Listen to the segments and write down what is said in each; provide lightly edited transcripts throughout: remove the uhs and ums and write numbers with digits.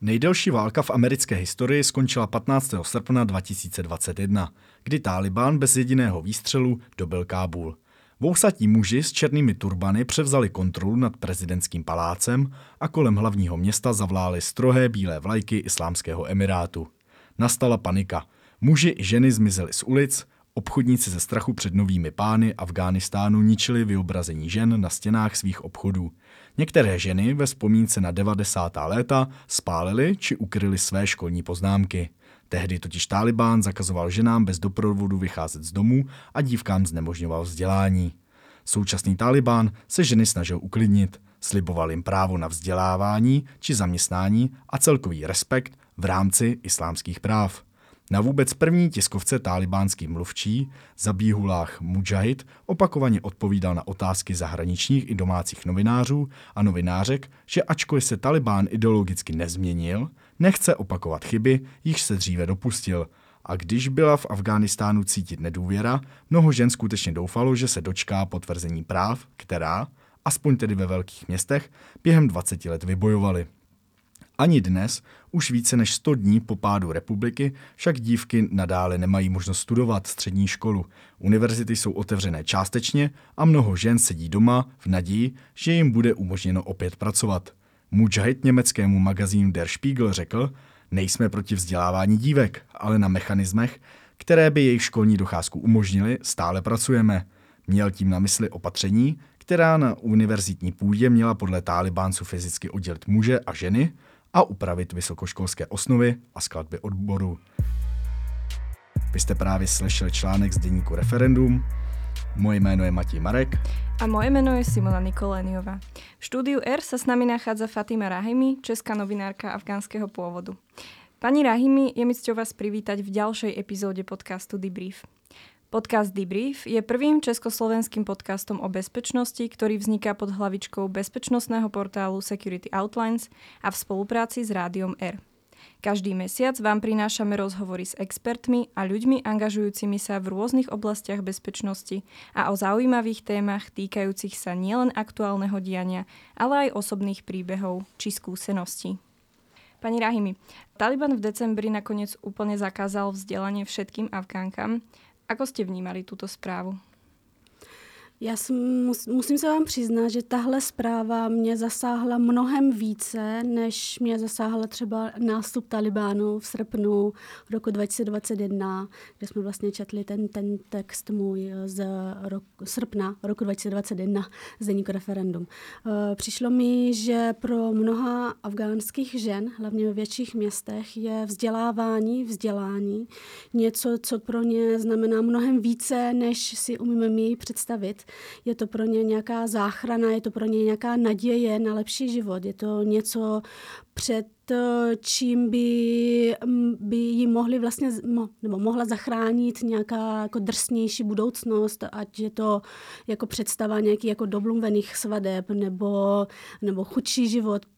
Nejdelší válka v americké historii skončila 15. srpna 2021, kdy Tálibán bez jediného výstřelu dobyl Kábul. Vousatí muži s černými turbany převzali kontrolu nad prezidentským palácem a kolem hlavního města zavlály strohé bílé vlajky Islámského emirátu. Nastala panika. Muži i ženy zmizeli z ulic, obchodníci ze strachu před novými pány Afghánistánu ničili vyobrazení žen na stěnách svých obchodů. Některé ženy ve vzpomínce na 90. léta spálily či ukryly své školní poznámky. Tehdy totiž Tálibán zakazoval ženám bez doprovodu vycházet z domů a dívkám znemožňoval vzdělání. Současný Tálibán se ženy snažil uklidnit, sliboval jim právo na vzdělávání či zaměstnání a celkový respekt v rámci islámských práv. Na vůbec první tiskovce tálibánský mluvčí Zabíhulláh Mudžahid opakovaně odpovídal na otázky zahraničních i domácích novinářů a novinářek, že ačkoliv se Tálibán ideologicky nezměnil, nechce opakovat chyby, jichž se dříve dopustil. A když byla v Afghánistánu cítit nedůvěra, mnoho žen skutečně doufalo, že se dočká potvrzení práv, která, aspoň tedy ve velkých městech, během 20 let vybojovaly. Ani dnes, už více než 100 dní po pádu republiky, však dívky nadále nemají možnost studovat střední školu. Univerzity jsou otevřené částečně a mnoho žen sedí doma v naději, že jim bude umožněno opět pracovat. Mudžahid německému magazínu Der Spiegel řekl, nejsme proti vzdělávání dívek, ale na mechanismech, které by jejich školní docházku umožnily, stále pracujeme. Měl tím na mysli opatření, která na univerzitní půdě měla podle Tálibánců fyzicky oddělit muže a ženy a upravit vysokoškolské osnovy a skladby odborů. Vy jste právě slyšeli článek z deníku Referendum. Moje jméno je Matěj Marek. A moje meno je Simona Nikoléniová. V štúdiu R sa s nami nachádza Fatima Rahimi, česká novinárka afgánskeho pôvodu. Pani Rahimi, je mi cťou vás privítať v ďalšej epizóde podcastu Debrief. Podcast Debrief je prvým československým podcastom o bezpečnosti, ktorý vzniká pod hlavičkou bezpečnostného portálu Security Outlines a v spolupráci s Rádiom R. Každý mesiac vám prinášame rozhovory s expertmi a ľuďmi angažujúcimi sa v rôznych oblastiach bezpečnosti a o zaujímavých témach týkajúcich sa nielen aktuálneho diania, ale aj osobných príbehov či skúseností. Pani Rahimi, Taliban v decembri nakoniec úplne zakázal vzdelanie všetkým Afgánkam. Ako ste vnímali túto správu? Musím se vám přiznat, že tahle zpráva mě zasáhla mnohem více, než mě zasáhla třeba nástup Talibánu v srpnu roku 2021, kde jsme vlastně četli ten text můj z srpna roku 2021 z deníku Referendum. Přišlo mi, že pro mnoha afgánských žen, hlavně ve větších městech, je vzdělání něco, co pro ně znamená mnohem více, než si umíme my představit. Je to pro ně nějaká záchrana, je to pro ně nějaká naděje na lepší život. Je to něco, před čím by jim mohli vlastně, nebo mohla zachránit nějaká jako drsnější budoucnost, ať je to jako představa nějakých jako domluvených svadeb nebo chudší život.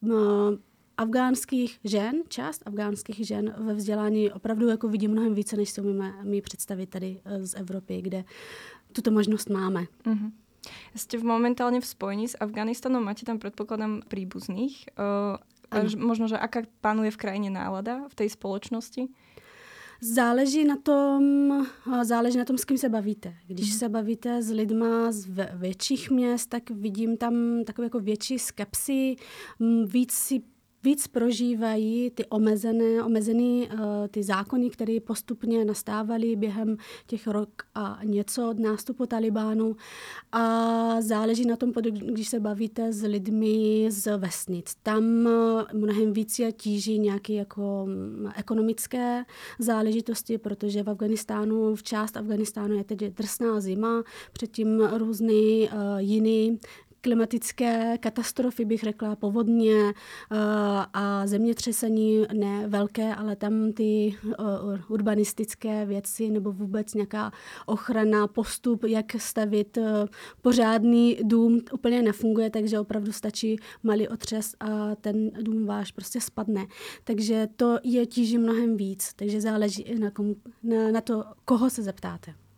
Část afgánských žen ve vzdělání opravdu jako vidí mnohem více, než si umíme my představit tady z Evropy, kde tuto možnosť máme. Uh-huh. Ste momentálne v spojení s Afganistanom, máte tam predpokladám príbuzných. Možno, že aká panuje v krajine nálada v tej spoločnosti? Záleží na tom, s kým se bavíte. Když se bavíte s lidma z větších měst, tak vidím tam takovou jako větší skepsi, víc prožívají ty omezený ty zákony, které postupně nastávaly během těch rok a něco od nástupu Talibánu. A záleží na tom, když se bavíte s lidmi z vesnic. Tam mnohem víc je tíží nějaké jako ekonomické záležitosti, protože v část Afganistánu je teď drsná zima, předtím různý jiný klimatické katastrofy, bych řekla, povodně a zemětřesení, ne velké, ale tam ty urbanistické věci nebo vůbec nějaká ochrana, postup, jak stavit pořádný dům, úplně nefunguje, takže opravdu stačí malý otřes a ten dům váš prostě spadne. Takže to je tíží mnohem víc, takže záleží na to, koho se zeptáte.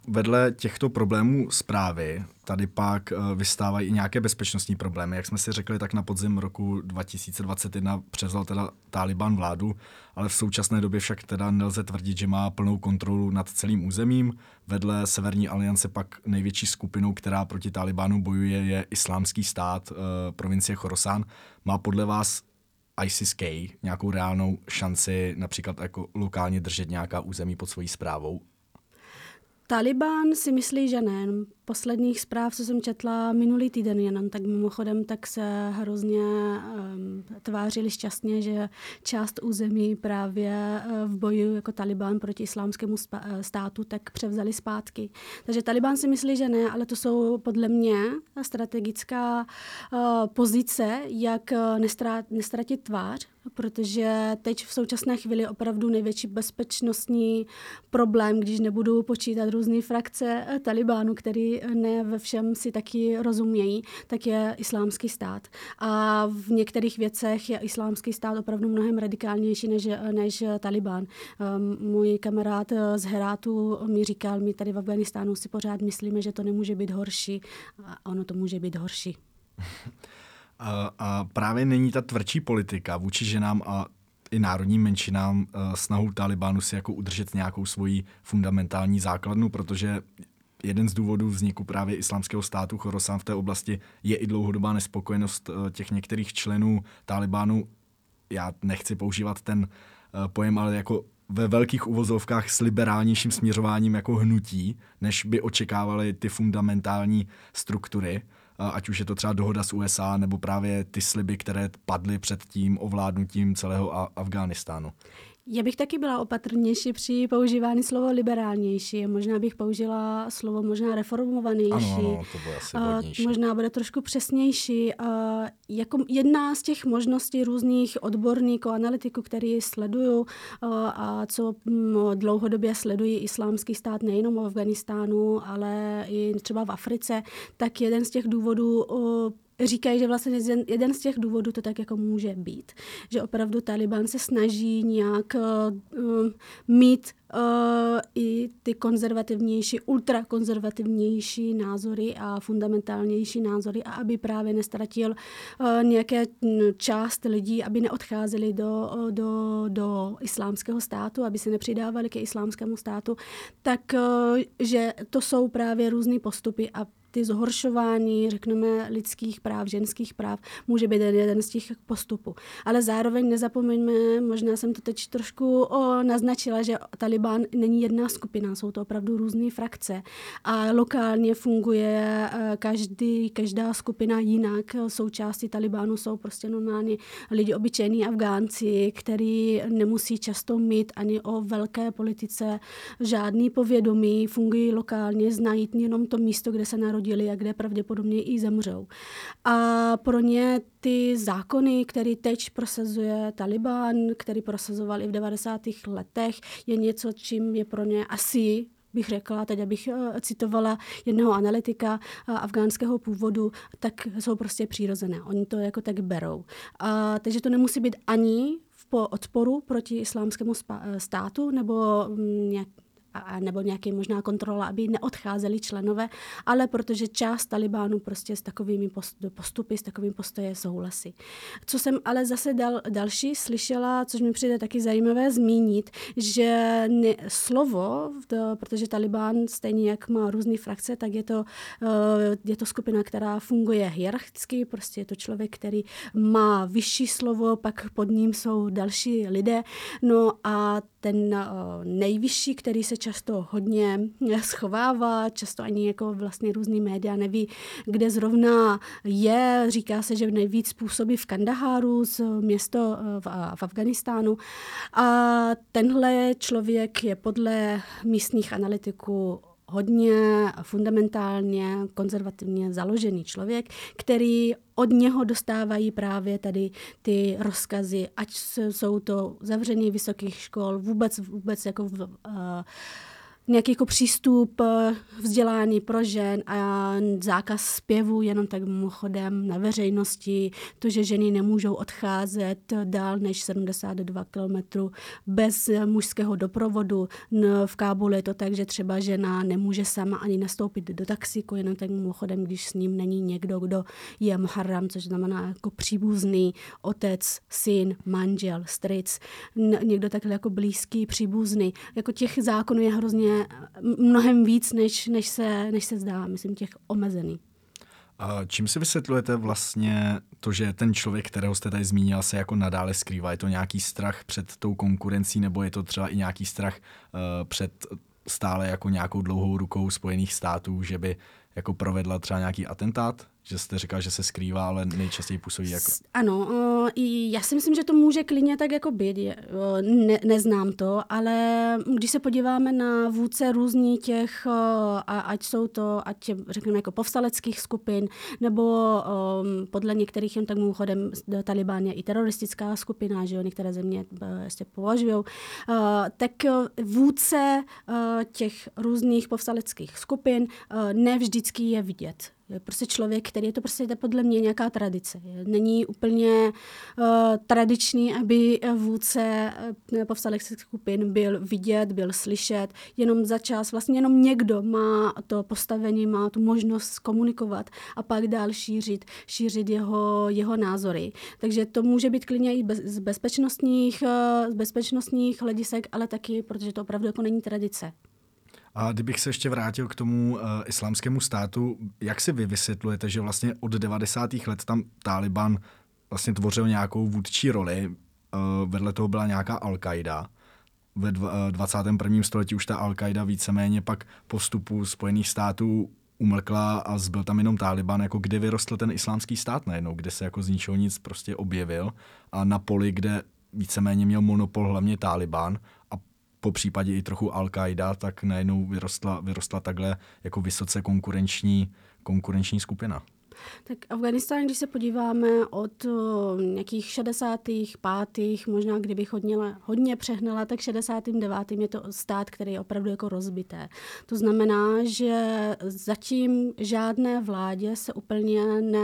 vedle těchto problémů správy tady pak vystávají i nějaké bezpečnostní problémy. Jak jsme si řekli, tak na podzim roku 2021 převzal teda Taliban vládu, ale v současné době však teda nelze tvrdit, že má plnou kontrolu nad celým územím. Vedle Severní aliance pak největší skupinou, která proti Talibánu bojuje, je Islámský stát, provincie Chorasán. Má podle vás ISIS-K nějakou reálnou šanci například jako lokálně držet nějaká území pod svojí správou? Taliban si myslí, že ne. Posledních zpráv, co jsem četla minulý týden jenom, tak mimochodem tak se hrozně tvářili šťastně, že část území právě v boji jako Taliban proti islámskému státu tak převzali zpátky. Takže Taliban si myslí, že ne, ale to jsou podle mě strategická pozice, jak nestratit tvář, protože teď v současné chvíli opravdu největší bezpečnostní problém, když nebudu počítat různé frakce Talibánu, který ne ve všem si taky rozumějí, tak je Islámský stát. A v některých věcech je Islámský stát opravdu mnohem radikálnější než Talibán. Můj kamarád z Herátu mi říkal, my tady v Afghánistánu si pořád myslíme, že to nemůže být horší. A ono to může být horší. A právě není ta tvrdší politika vůči ženám a i národním menšinám snahou Talibánu si jako udržet nějakou svoji fundamentální základnu, protože jeden z důvodů vzniku právě Islámského státu Chorasán v té oblasti je i dlouhodobá nespokojenost těch některých členů Talibánu. Já nechci používat ten pojem, ale jako ve velkých uvozovkách s liberálnějším směřováním jako hnutí, než by očekávaly ty fundamentální struktury, ať už je to třeba dohoda s USA, nebo právě ty sliby, které padly před tím ovládnutím celého Afghánistánu. Já bych taky byla opatrnější při používání slova liberálnější. Možná bych použila slovo možná reformovanější. Ano, to bylo asi vhodnější. Možná bude trošku přesnější. Jako jedna z těch možností různých odborníků, analytiků, který sleduju a co dlouhodobě sledují Islámský stát nejenom v Afghánistánu, ale i třeba v Africe, tak jeden z těch důvodů říkají, že vlastně jeden z těch důvodů to tak jako může být. Že opravdu Taliban se snaží nějak mít i ty konzervativnější, ultrakonzervativnější názory a fundamentálnější názory a aby právě nestratil nějaké část lidí, aby neodcházeli do islámského státu, aby se nepřidávali ke islámskému státu, tak že to jsou právě různý postupy a ty zhoršování, řekneme, lidských práv, ženských práv, může být jeden z těch postupů. Ale zároveň nezapomeňme, možná jsem to teď trošku naznačila, že Taliban není jedna skupina, jsou to opravdu různé frakce a lokálně funguje každá skupina jinak. Součástí Talibánu jsou prostě normálně lidi obyčejní Afgánci, kteří nemusí často mít ani o velké politice žádný povědomí, fungují lokálně, znají jenom to místo, kde se narodili a kde pravděpodobně i zemřou. A pro ně ty zákony, které teď prosazuje Taliban, který prosazoval i v 90. letech, je něco, čím je pro ně asi, bych řekla, teď abych citovala jednoho analytika afgánského původu, tak jsou prostě přirozené. Oni to jako tak berou. Takže to nemusí být ani v odporu proti islámskému státu nebo nějaký možná kontrola, aby neodcházeli členové, ale protože část Talibánu prostě s takovými postupy, s takovým postojem souhlasí. Co jsem ale zase další slyšela, což mi přijde taky zajímavé zmínit, že slovo, protože Talibán stejně jak má různé frakce, tak je to skupina, která funguje hierarchicky, prostě je to člověk, který má vyšší slovo, pak pod ním jsou další lidé, no a ten nejvyšší, který se často hodně schovává, často ani jako vlastně různý média neví, kde zrovna je. Říká se, že nejvíc působí v Kandaháru, město v Afghánistánu. A tenhle člověk je podle místních analytiků hodně fundamentálně, konzervativně založený člověk, který od něho dostávají právě tady ty rozkazy, ať jsou to zavření vysokých škol, vůbec jako nějaký jako přístup vzdělání pro žen a zákaz zpěvu jenom tak mimochodem na veřejnosti, to, že ženy nemůžou odcházet dál než 72 kilometrů bez mužského doprovodu. V Kábulu je to tak, že třeba žena nemůže sama ani nastoupit do taxíku, jenom tak mimochodem, když s ním není někdo, kdo je muharram, což znamená jako příbuzný, otec, syn, manžel, strýc, někdo takhle jako blízký, příbuzný. Jako těch zákonů je hrozně mnohem víc, než se zdá, myslím, těch omezený. A čím si vysvětlujete vlastně to, že ten člověk, kterého jste tady zmínila, se jako nadále skrývá? Je to nějaký strach před tou konkurencí, nebo je to třeba i nějaký strach před stále jako nějakou dlouhou rukou Spojených států, že by jako provedla třeba nějaký atentát? Že jste říkal, že se skrývá, ale nejčastěji působí jako... Ano, já si myslím, že to může klidně tak jako být. Neznám to, ale když se podíváme na vůdce různých těch, ať jsou to, ať řekněme jako povstaleckých skupin, nebo podle některých jen tak mimochodem Taliban je i teroristická skupina, že jo, některé země ještě považují, tak vůdce těch různých povstaleckých skupin ne vždycky je vidět. Je prostě člověk, který je to prostě podle mě nějaká tradice. Není úplně tradiční, aby vůdce povstaleckých skupin byl vidět, byl slyšet. Jenom za čas, vlastně jenom někdo má to postavení, má tu možnost komunikovat a pak dál šířit jeho názory. Takže to může být klidně i z bezpečnostních hledisek, ale taky, protože to opravdu jako není tradice. A kdybych se ještě vrátil k tomu islámskému státu, jak si vy vysvětlujete, že vlastně od 90. let tam Taliban vlastně tvořil nějakou vůdčí roli, vedle toho byla nějaká Al-Qaida. Ve 21. století už ta Al-Qaida víceméně pak po vstupu Spojených států umlkla a zbyl tam jenom Taliban, jako kde vyrostl ten islámský stát najednou, kde se jako z ničeho nic prostě objevil a na poli, kde víceméně měl monopol hlavně Taliban a po případě i trochu Al-Qaida, tak najednou vyrostla takhle jako vysoce konkurenční skupina. Tak Afghánistán, když se podíváme od nějakých 65. možná kdybych hodně přehnala, tak 69. je to stát, který je opravdu jako rozbité. To znamená, že zatím žádné vládě se úplně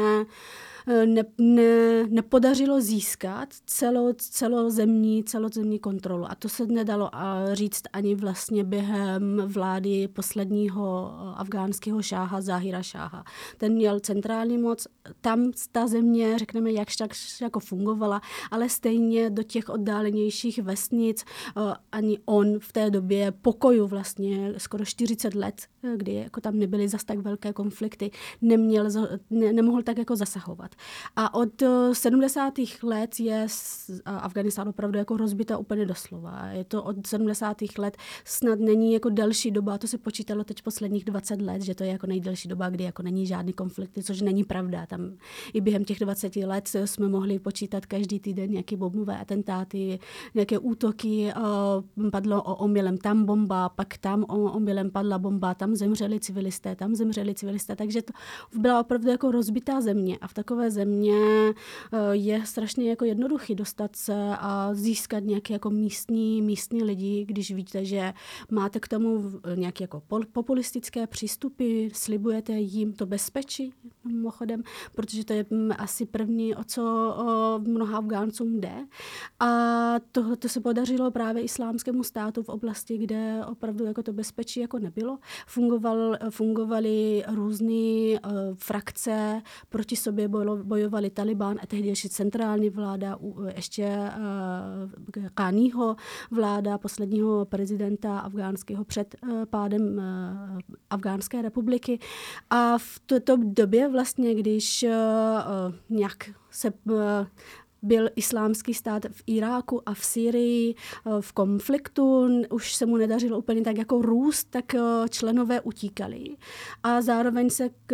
nepodařilo získat celozemní kontrolu. A to se nedalo říct ani vlastně během vlády posledního afgánského šáha Zahira Šáha. Ten měl centrální moc, tam ta země, řekneme, jakž tak jako fungovala, ale stejně do těch oddálenějších vesnic ani on v té době pokoju vlastně skoro 40 let, kdy jako tam nebyly zas tak velké konflikty, nemohl tak jako zasahovat. A od 70. let je Afghánistán opravdu jako rozbita úplně doslova. Je to od 70. let, snad není jako delší doba, to se počítalo teď posledních 20 let, že to je jako nejdelší doba, kdy jako není žádný konflikt, což není pravda. Tam i během těch 20 let jsme mohli počítat každý týden nějaké bombové atentáty, nějaké útoky, padlo omylem tam bomba, pak tam omylem padla bomba, tam zemřeli civilisté, takže to byla opravdu jako rozbitá země a v takové země je strašně jako jednoduchý dostat se a získat nějaké jako místní lidi, když víte, že máte k tomu nějaké jako populistické přístupy, slibujete jim to bezpečí, mimochodem, protože to je asi první, o co mnoha Afgáncům jde. A to se podařilo právě islámskému státu v oblasti, kde opravdu jako to bezpečí jako nebylo. Fungovaly různé frakce, proti sobě bojovali Taliban a tehdejší centrální vláda, ještě Ghaniho vláda, posledního prezidenta afgánského před pádem Afgánské republiky. A v této době vlastně, když nějak se byl islámský stát v Iráku a v Sýrii v konfliktu, už se mu nedařilo úplně tak jako růst, tak členové utíkali. A zároveň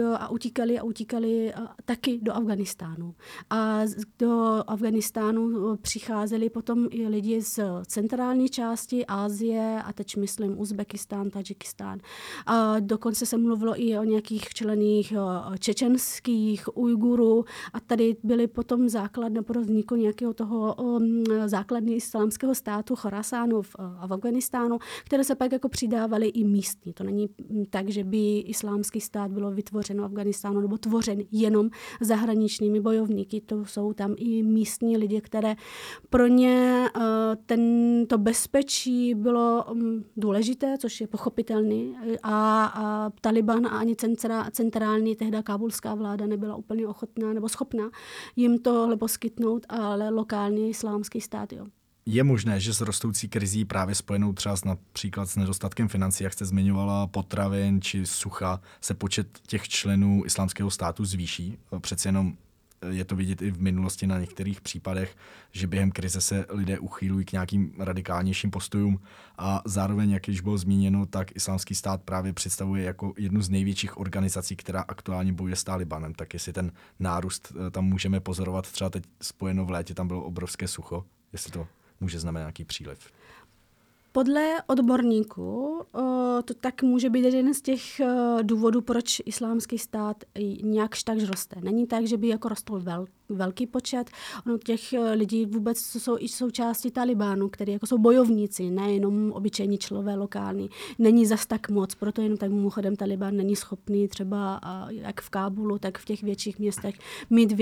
utíkali taky do Afghánistánu. A do Afghánistánu přicházeli potom i lidi z centrální části Asie, a teď myslím Uzbekistán, Tadžikistán. A dokonce se mluvilo i o nějakých člených čečenských Ujgurů a tady byly potom základny pro vzniku nějakého toho základní islámského státu Chorasánu v Afghánistánu, které se pak jako přidávaly i místní. To není tak, že by islámský stát bylo vytvořeno v Afghánistánu nebo tvořen jenom zahraničními bojovníky. To jsou tam i místní lidi, které pro ně to bezpečí bylo důležité, což je pochopitelný. A Taliban a ani centrální tehda kábulská vláda nebyla úplně ochotná nebo schopná jim tohle poskytnout, ale lokální islámský stát, jo. Je možné, že s rostoucí krizí právě spojenou třeba například s nedostatkem financí, jak jste zmiňovala, potravin či sucha, se počet těch členů islámského státu zvýší? Přeci jenom je to vidět i v minulosti na některých případech, že během krize se lidé uchýlují k nějakým radikálnějším postojům a zároveň, jak již bylo zmíněno, tak islámský stát právě představuje jako jednu z největších organizací, která aktuálně bojuje s Talibanem. Tak jestli ten nárůst tam můžeme pozorovat, třeba teď spojeno v létě, tam bylo obrovské sucho, jestli to může znamenat nějaký příliv. Podle odborníků to tak může být jeden z těch důvodů, proč islámský stát nějak tak roste. Není tak, že by jako rostl velký počet. Ono těch lidí vůbec jsou i součástí Talibánu, kteří jako jsou bojovníci, nejenom obyčejní členové lokální. Není zas tak moc, proto jenom tak mimochodem Talibán není schopný třeba jak v Kábulu, tak v těch větších městech mít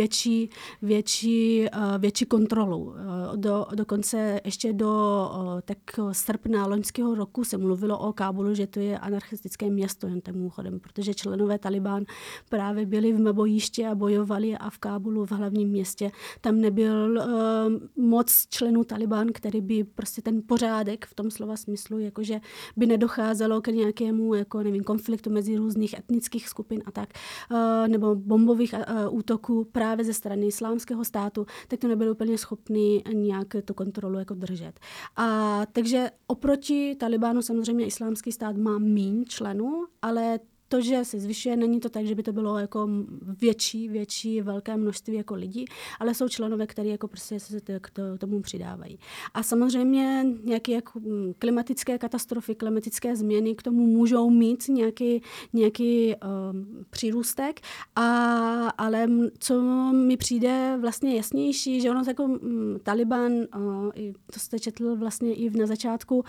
větší kontrolu. Dokonce ještě do tak srpna loňského roku se mluvilo o Kábulu, že to je anarchistické město, jen tak mimochodem, protože členové Talibán právě byli v bojišti a bojovali a v Kábulu v hlavním městě tam nebyl moc členů Talibán, který by prostě ten pořádek v tom slova smyslu, jakože by nedocházelo k nějakému jako, nevím, konfliktu mezi různých etnických skupin a tak, nebo bombových útoků právě ze strany islámského státu, tak to nebyl úplně schopný nějak tu kontrolu jako držet. A takže oproti Talibánu samozřejmě islámský stát má míň členů, ale to, že se zvyšuje, není to tak, že by to bylo jako větší, velké množství jako lidí, ale jsou členové, kteří jako prostě se k tomu přidávají. A samozřejmě nějaké jako klimatické katastrofy, klimatické změny k tomu můžou mít nějaký přírůstek, ale co mi přijde vlastně jasnější, že ono jako Taliban, to jste četl vlastně i na začátku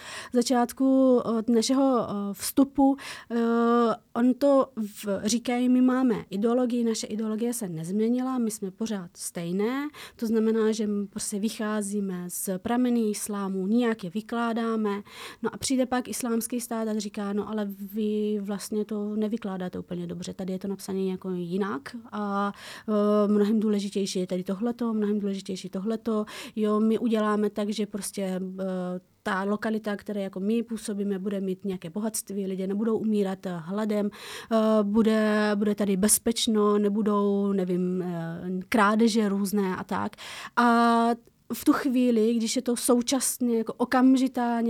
našeho vstupu, on to říkají, my máme ideologii, naše ideologie se nezměnila, my jsme pořád stejné, to znamená, že prostě vycházíme z pramení islámu, nijak je vykládáme, no a přijde pak islámský stát a říká, no ale vy vlastně to nevykládáte úplně dobře, tady je to napsané jako jinak a mnohem důležitější je tady tohleto, mnohem důležitější tohleto, jo, my uděláme tak, že prostě ta lokalita, které jako my působíme, bude mít nějaké bohatství, lidé nebudou umírat hladem, bude tady bezpečno, nebudou, nevím, krádeže různé a tak. A v tu chvíli, když je to současně jako okamžitá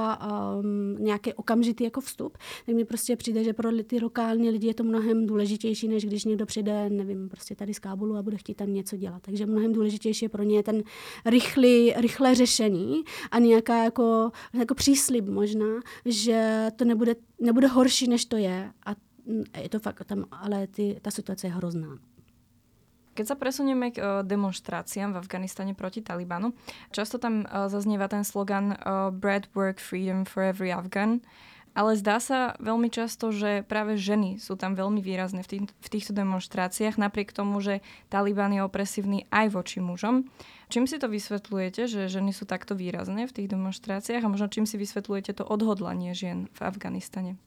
nějaký okamžitý jako vstup, tak mi prostě přijde, že pro ty lokální lidi je to mnohem důležitější, než když někdo přijde, nevím, prostě tady z Kábulu a bude chtít tam něco dělat. Takže mnohem důležitější je pro ně ten rychlé řešení a nějaká jako příslib možná, že to nebude horší, než to je. A je to fakt tam, ale ta situace je hrozná. Keď sa presunieme k demonštráciám v Afganistane proti Talibanu, často tam zaznieva ten slogan Bread, Work, Freedom for every Afghan, ale zdá sa veľmi často, že práve ženy sú tam veľmi výrazné v týchto demonštráciách, napriek tomu, že Taliban je opresívny aj voči mužom. Čím si to vysvetľujete, že ženy sú takto výrazné v tých demonštráciách a možno čím si vysvetľujete to odhodlanie žien v Afganistane?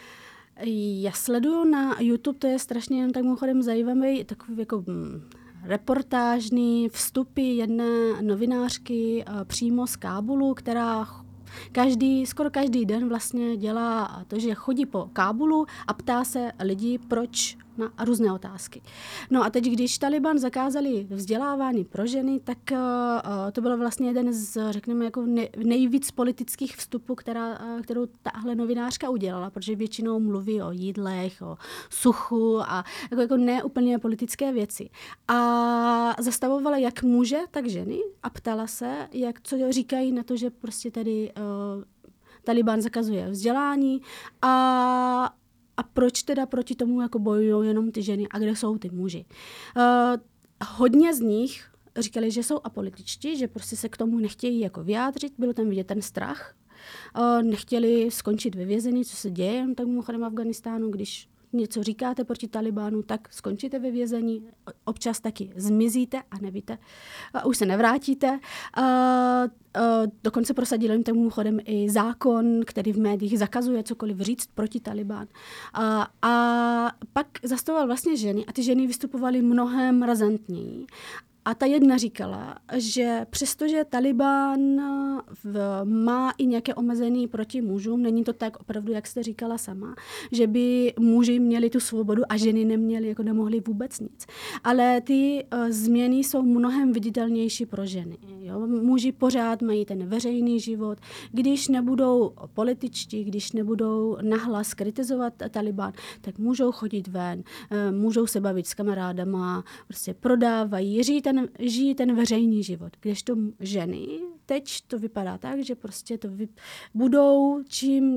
Já sleduju na YouTube, to je strašně jen tak mimochodem zajímavý, takový jako reportážní vstupy jedné novinářky přímo z Kábulu, která skoro každý den vlastně dělá to, že chodí po Kábulu a ptá se lidí, proč na různé otázky. No a teď, když Taliban zakázali vzdělávání pro ženy, tak to bylo vlastně jeden z, řekněme, jako nejvíc politických vstupů, kterou tahle novinářka udělala, protože většinou mluví o jídlech, o suchu a jako neúplně politické věci. A zastavovala jak muže, tak ženy a ptala se, co říkají na to, že prostě tady Taliban zakazuje vzdělání a proč teda proti tomu jako bojují jenom ty ženy a kde jsou ty muži. Hodně z nich říkali, že jsou apolitičtí, že prostě se k tomu nechtějí jako vyjádřit, bylo tam vidět ten strach. Nechtěli skončit ve vězení, co se děje tak mimochodem v Afghánistánu, když něco říkáte proti Talibánu, tak skončíte ve vězení, občas taky zmizíte a nevíte, a už se nevrátíte. Dokonce prosadili jim mimochodem i zákon, který v médiích zakazuje cokoliv říct proti Talibán. A pak zastavoval vlastně ženy a ty ženy vystupovaly mnohem razantněji. A ta jedna říkala, že přestože Talibán má i nějaké omezení proti mužům, není to tak opravdu, jak jste říkala sama, že by muži měli tu svobodu a ženy neměly, jako nemohly vůbec nic. Ale ty změny jsou mnohem viditelnější pro ženy. Jo? Muži pořád mají ten veřejný život. Když nebudou političtí, když nebudou nahlas kritizovat Talibán, tak můžou chodit ven, můžou se bavit s kamarádama, prostě prodávají, žijí ten veřejný život. Kdežto ženy, teď to vypadá tak, že prostě to budou čím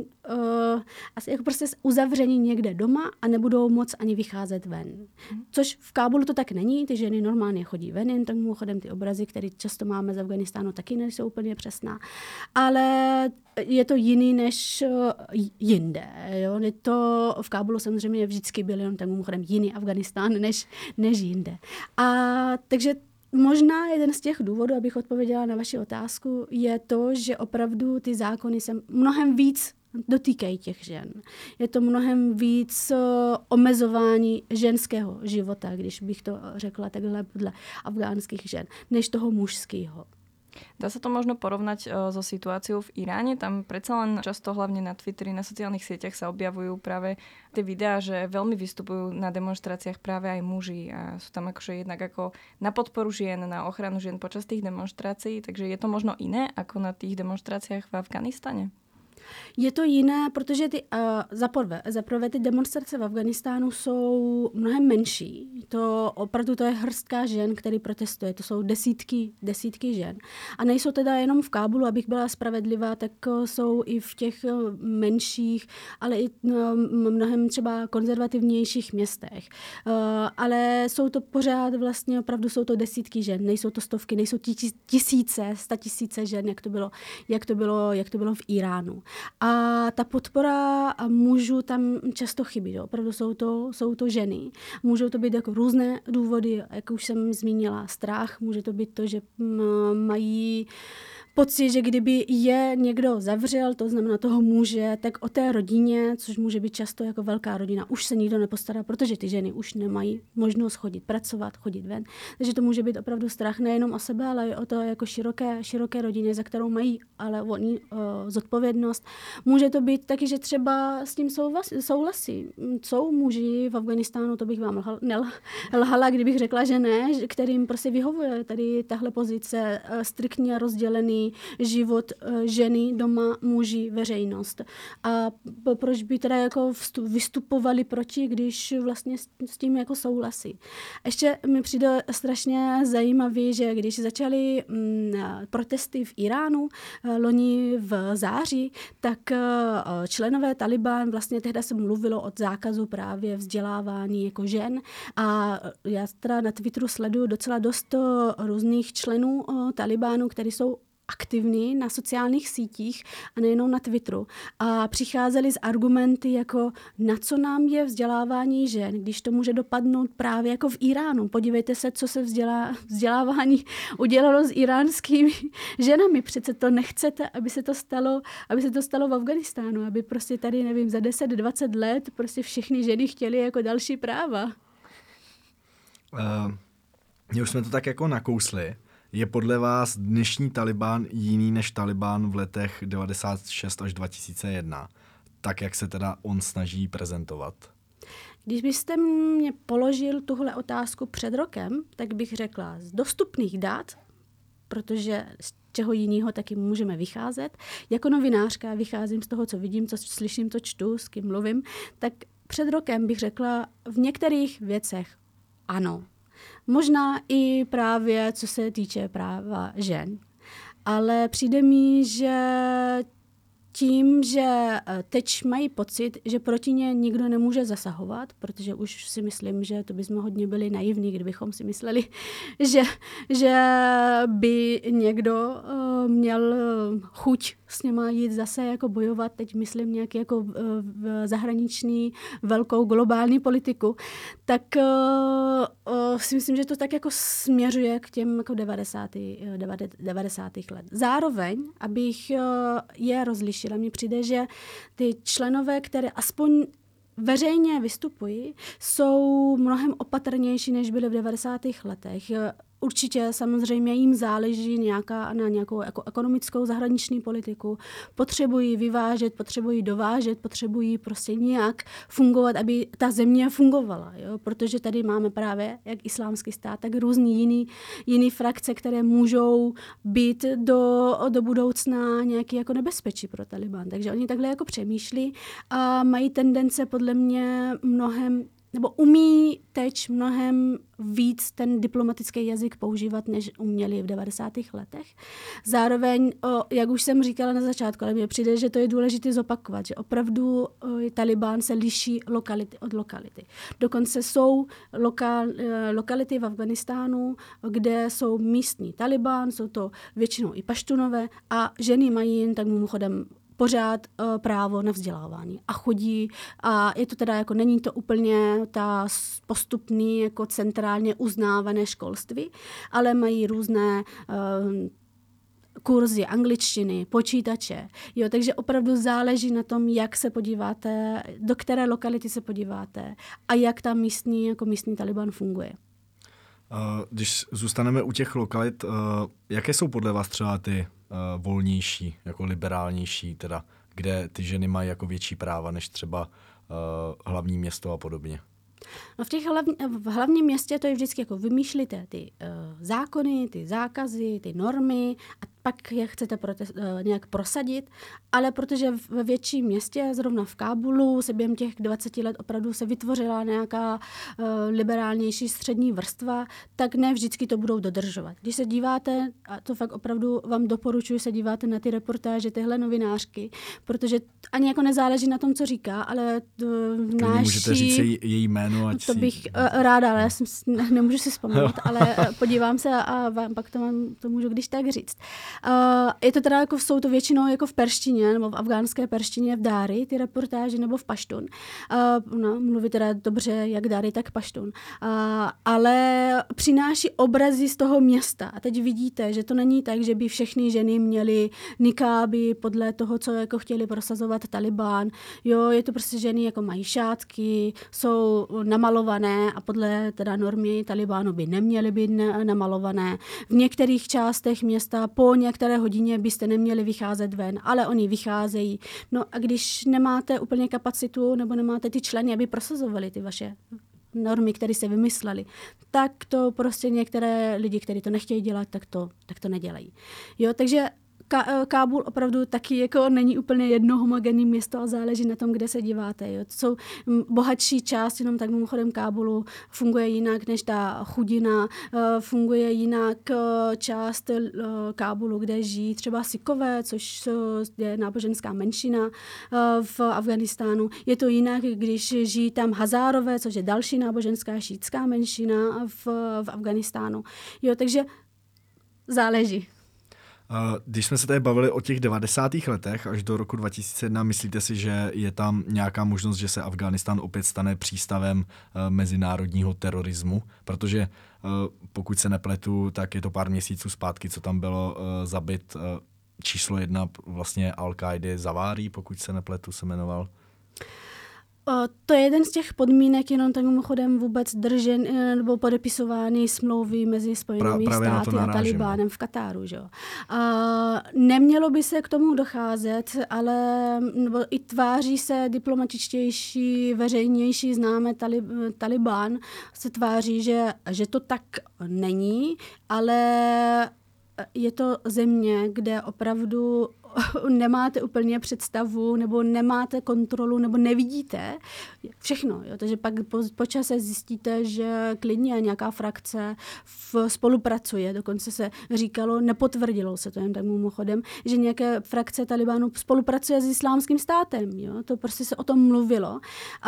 asi jako prostě uzavření někde doma a nebudou moc ani vycházet ven. Což v Kábulu to tak není, ty ženy normálně chodí ven, jen tak mimochodem ty obrazy, které často máme z Afghánistánu, taky nejsou úplně přesná. Ale je to jiný než jinde. Jo? Je to, v Kábulu samozřejmě vždycky byl jen tak mimochodem jiný Afghánistán než jinde. A takže možná jeden z těch důvodů, abych odpověděla na vaši otázku, je to, že opravdu ty zákony se mnohem víc dotýkají těch žen. Je to mnohem víc omezování ženského života, když bych to řekla takhle podle afgánských žen, než toho mužského. Dá sa to možno porovnať so situáciou v Iráne? Tam predsa len často, hlavne na Twitteri, na sociálnych sieťach sa objavujú práve tie videá, že veľmi vystupujú na demonštráciách práve aj muži a sú tam akože jednak ako na podporu žien, na ochranu žien počas tých demonštrácií, takže je to možno iné ako na tých demonštráciách v Afganistane? Je to jiné, protože zaprvé ty demonstrace v Afghánistánu jsou mnohem menší. To je hrstka žen, který protestuje. To jsou desítky žen. A nejsou teda jenom v Kábulu, abych byla spravedlivá, tak jsou i v těch menších, ale i mnohem třeba konzervativnějších městech. Ale jsou to pořád vlastně, opravdu jsou to desítky žen. Nejsou to stovky, nejsou tisíce, statisíce žen, jak to bylo v Iránu. A ta podpora mužů tam často chybí. Jo. Opravdu jsou to ženy. Můžou to být jako různé důvody, jak už jsem zmínila, strach. Může to být to, že mají pocit, že kdyby je někdo zavřel, to znamená toho muže, tak o té rodině, což může být často jako velká rodina, už se nikdo nepostará, protože ty ženy už nemají možnost chodit pracovat, chodit ven. Takže to může být opravdu strach nejenom o sebe, ale i o to jako široké rodině, za kterou mají ale oni zodpovědnost. Může to být taky, že třeba s tím souhlasí. Jsou muži v Afghánistánu, to bych vám lhala, kdybych řekla, že ne, kterým prostě vyhovuje tady tahle pozice striktně rozdělený život ženy doma, muži, veřejnost. A proč by teda jako vystupovali proti, když vlastně s tím jako souhlasí. Ještě mi přijde strašně zajímavý, že když začaly protesty v Iránu loni v září, tak členové Talibán, vlastně tehdy se mluvilo o zákazu právě vzdělávání jako žen a já teda na Twitteru sleduju docela dost různých členů Talibánu, kteří jsou aktivní na sociálních sítích a nejenom na Twitteru. A přicházeli s argumenty jako na co nám je vzdělávání žen, když to může dopadnout právě jako v Iránu. Podívejte se, co se vzdělávání udělalo s iránskými ženami. Přece to nechcete, aby se to stalo v Afghánistánu, aby prostě tady, nevím, za 10-20 let prostě všechny ženy chtěly jako další práva. Už jsme to tak jako nakousli. Je podle vás dnešní Talibán jiný než Talibán v letech 96 až 2001? Tak, jak se teda on snaží prezentovat? Když byste mě položil tuhle otázku před rokem, tak bych řekla z dostupných dat, protože z čeho jiného taky můžeme vycházet. Jako novinářka vycházím z toho, co vidím, co slyším, co čtu, s kým mluvím, tak před rokem bych řekla v některých věcech ano. Možná i právě, co se týče práva žen. Ale přijde mi, že tím, že teď mají pocit, že proti ně nikdo nemůže zasahovat, protože už si myslím, že to bychom hodně byli naivní, kdybychom si mysleli, že by někdo měl chuť s něma jít zase jako bojovat, teď myslím nějaký jako zahraniční velkou globální politiku, tak si myslím, že to tak jako směřuje k těm jako 90. let. Zároveň, abych je rozlišila, mně přijde, že ty členové, které aspoň veřejně vystupují, jsou mnohem opatrnější, než byly v 90. letech. Určitě samozřejmě jim záleží na nějakou jako ekonomickou zahraniční politiku. Potřebují vyvážet, potřebují dovážet, potřebují prostě nějak fungovat, aby ta země fungovala. Jo? Protože tady máme právě jak islámský stát, tak různý jiný frakce, které můžou být do budoucna nějaký jako nebezpečí pro Taliban. Takže oni takhle jako přemýšlí a mají tendence podle mě nebo umí teď mnohem víc ten diplomatický jazyk používat, než uměli v 90. letech. Zároveň, jak už jsem říkala na začátku, ale mně přijde, že to je důležité zopakovat, že opravdu Taliban se liší lokality od lokality. Dokonce jsou lokality v Afghánistánu, kde jsou místní Taliban, jsou to většinou i paštunové a ženy mají jen tak mimochodem pořád právo na vzdělávání a chodí a je to teda jako není to úplně ta postupný jako centrálně uznávané školství, ale mají různé kurzy angličtiny, počítače. Jo, takže opravdu záleží na tom, jak se podíváte, do které lokality se podíváte a jak tam místní Taliban funguje. Když zůstaneme u těch lokalit, jaké jsou podle vás třeba ty volnější, jako liberálnější, teda, kde ty ženy mají jako větší práva než třeba hlavní město a podobně? No v hlavním městě to je vždycky jako vymýšlíte ty zákony, ty zákazy, ty normy a pak je chcete nějak prosadit, ale protože ve větším městě, zrovna v Kábulu, se během těch 20 let opravdu se vytvořila nějaká liberálnější střední vrstva, tak ne vždycky to budou dodržovat. Když se díváte, a to fakt opravdu vám doporučuji, se díváte na ty reportáže téhle novinářky, protože ani jako nezáleží na tom, co říká, ale můžete říct její jméno, ať to bych ráda, ale já nemůžu si vzpomenout, ale podívám se a vám pak to můžu když tak říct. Je to teda jako jsou to většinou jako v perštině nebo v afgánské perštině v dári, ty reportáže, nebo v paštun. Mluví teda dobře jak dári, tak paštun. Ale přináší obrazy z toho města. A teď vidíte, že to není tak, že by všechny ženy měly nikáby podle toho, co jako chtěli prosazovat Taliban. Jo, je to prostě ženy jako mají šátky, jsou namalované a podle teda normy Talibánu by neměly být namalované. V některých částech města po některé hodině byste neměli vycházet ven, ale oni vycházejí. No a když nemáte úplně kapacitu nebo nemáte ty členy, aby prosazovali ty vaše normy, které se vymysleli, tak to prostě některé lidi, kteří to nechtějí dělat, tak to nedělají. Jo, takže Kábul opravdu taky jako není úplně jedno homogenní město a záleží na tom, kde se díváte. Jo. To jsou bohatší část, jenom tak mimochodem Kábulu funguje jinak než ta chudina, funguje jinak část Kábulu, kde žijí třeba Sikové, což je náboženská menšina v Afghánistánu. Je to jinak, když žijí tam Hazárové, což je další náboženská šítská menšina v Afghánistánu. Jo, takže záleží. Když jsme se tady bavili o těch 90. letech až do roku 2001, myslíte si, že je tam nějaká možnost, že se Afghánistán opět stane přístavem mezinárodního terorismu? Protože pokud se nepletu, tak je to pár měsíců zpátky, co tam bylo zabit číslo 1 vlastně Al-Káidy Zavárí, pokud se nepletu, se jmenoval. To je jeden z těch podmínek, jenom tak mimochodem vůbec držen nebo podepisování smlouvy mezi Spojenými státy a Talibánem v Katáru. Že? Nemělo by se k tomu docházet, ale nebo i tváří se diplomatičtější, veřejnější, známe Talibán se tváří, že to tak není, ale je to země, kde opravdu nemáte úplně představu, nebo nemáte kontrolu, nebo nevidíte všechno. Jo? Takže pak po čase zjistíte, že klidně nějaká frakce spolupracuje. Dokonce se říkalo, nepotvrdilo se to jen tak mimochodem, že nějaké frakce Talibánu spolupracuje s Islámským státem. Jo? To prostě se o tom mluvilo.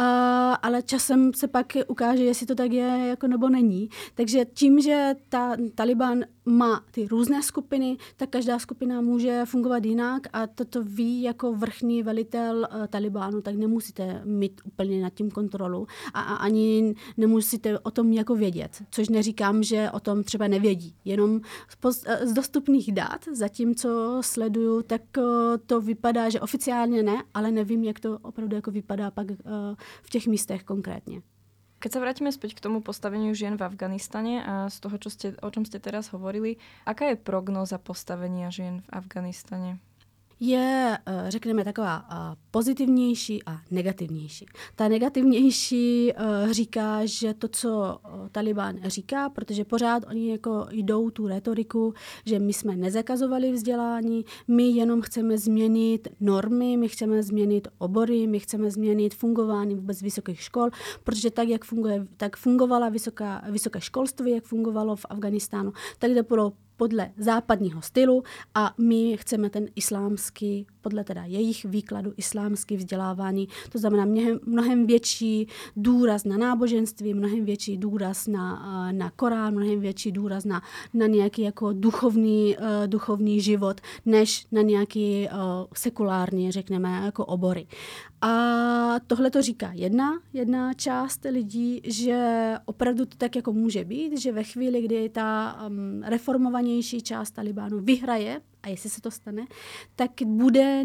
Ale časem se pak ukáže, jestli to tak je jako nebo není. Takže tím, že Talibán má ty různé skupiny, tak každá skupina může fungovat jinak a toto ví jako vrchní velitel Talibánu, tak nemusíte mít úplně nad tím kontrolu a ani nemusíte o tom jako vědět. Což neříkám, že o tom třeba nevědí. Jenom z dostupných dat, zatímco sleduju, tak to vypadá, že oficiálně ne, ale nevím, jak to opravdu jako vypadá pak v těch místech konkrétně. Keď sa vrátime späť k tomu postaveniu žien v Afganistane a z toho, o čom ste teraz hovorili, aká je prognóza postavenia žien v Afganistane? Je, řekneme, taková pozitivnější a negativnější. Ta negativnější říká, že to, co Taliban říká, protože pořád oni jako jdou tu retoriku, že my jsme nezakazovali vzdělání, my jenom chceme změnit normy, my chceme změnit obory, my chceme změnit fungování vůbec vysokých škol, protože tak fungovala vysoké školství, jak fungovalo v Afganistánu, tak to bylo podle západního stylu a my chceme ten islámský, podle teda jejich výkladu islámský vzdělávání, to znamená mnohem větší důraz na náboženství, mnohem větší důraz na Korán, mnohem větší důraz na nějaký jako duchovní život, než na nějaký sekulární, řekneme, jako obory. A tohle to říká jedna část lidí, že opravdu to tak jako může být, že ve chvíli, kdy ta reformovanější část Talibánu vyhraje, a jestli se to stane, tak bude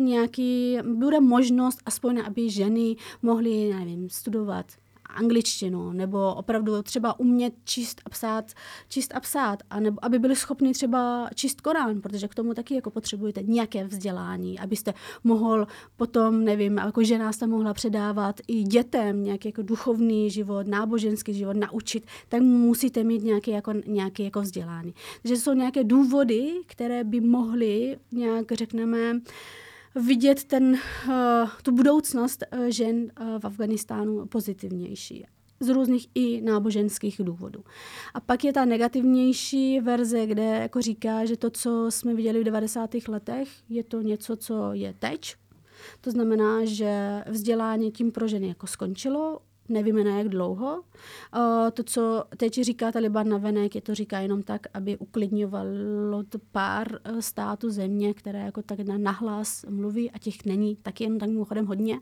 možnost aspoň, aby ženy mohly, nevím, studovat angličtinu, nebo opravdu třeba umět číst a psát, nebo aby byli schopni třeba číst Korán, protože k tomu taky jako potřebujete nějaké vzdělání, abyste mohl potom, nevím, jako žena jste mohla předávat i dětem nějaký jako duchovní život, náboženský život, naučit, tak musíte mít nějaké jako vzdělání. Takže jsou nějaké důvody, které by mohly nějak, řekneme, vidět tu budoucnost žen v Afganistánu pozitivnější. Z různých i náboženských důvodů. A pak je ta negativnější verze, kde jako říká, že to, co jsme viděli v 90. letech, je to něco, co je teď. To znamená, že vzdělání tím pro ženy jako skončilo, nevíme na jak dlouho. To, co teď říká Taliban navenek, je to říká jenom tak, aby uklidňovalo to pár států země, které jako tak nahlas mluví a těch není taky jen tak mimochodem hodně.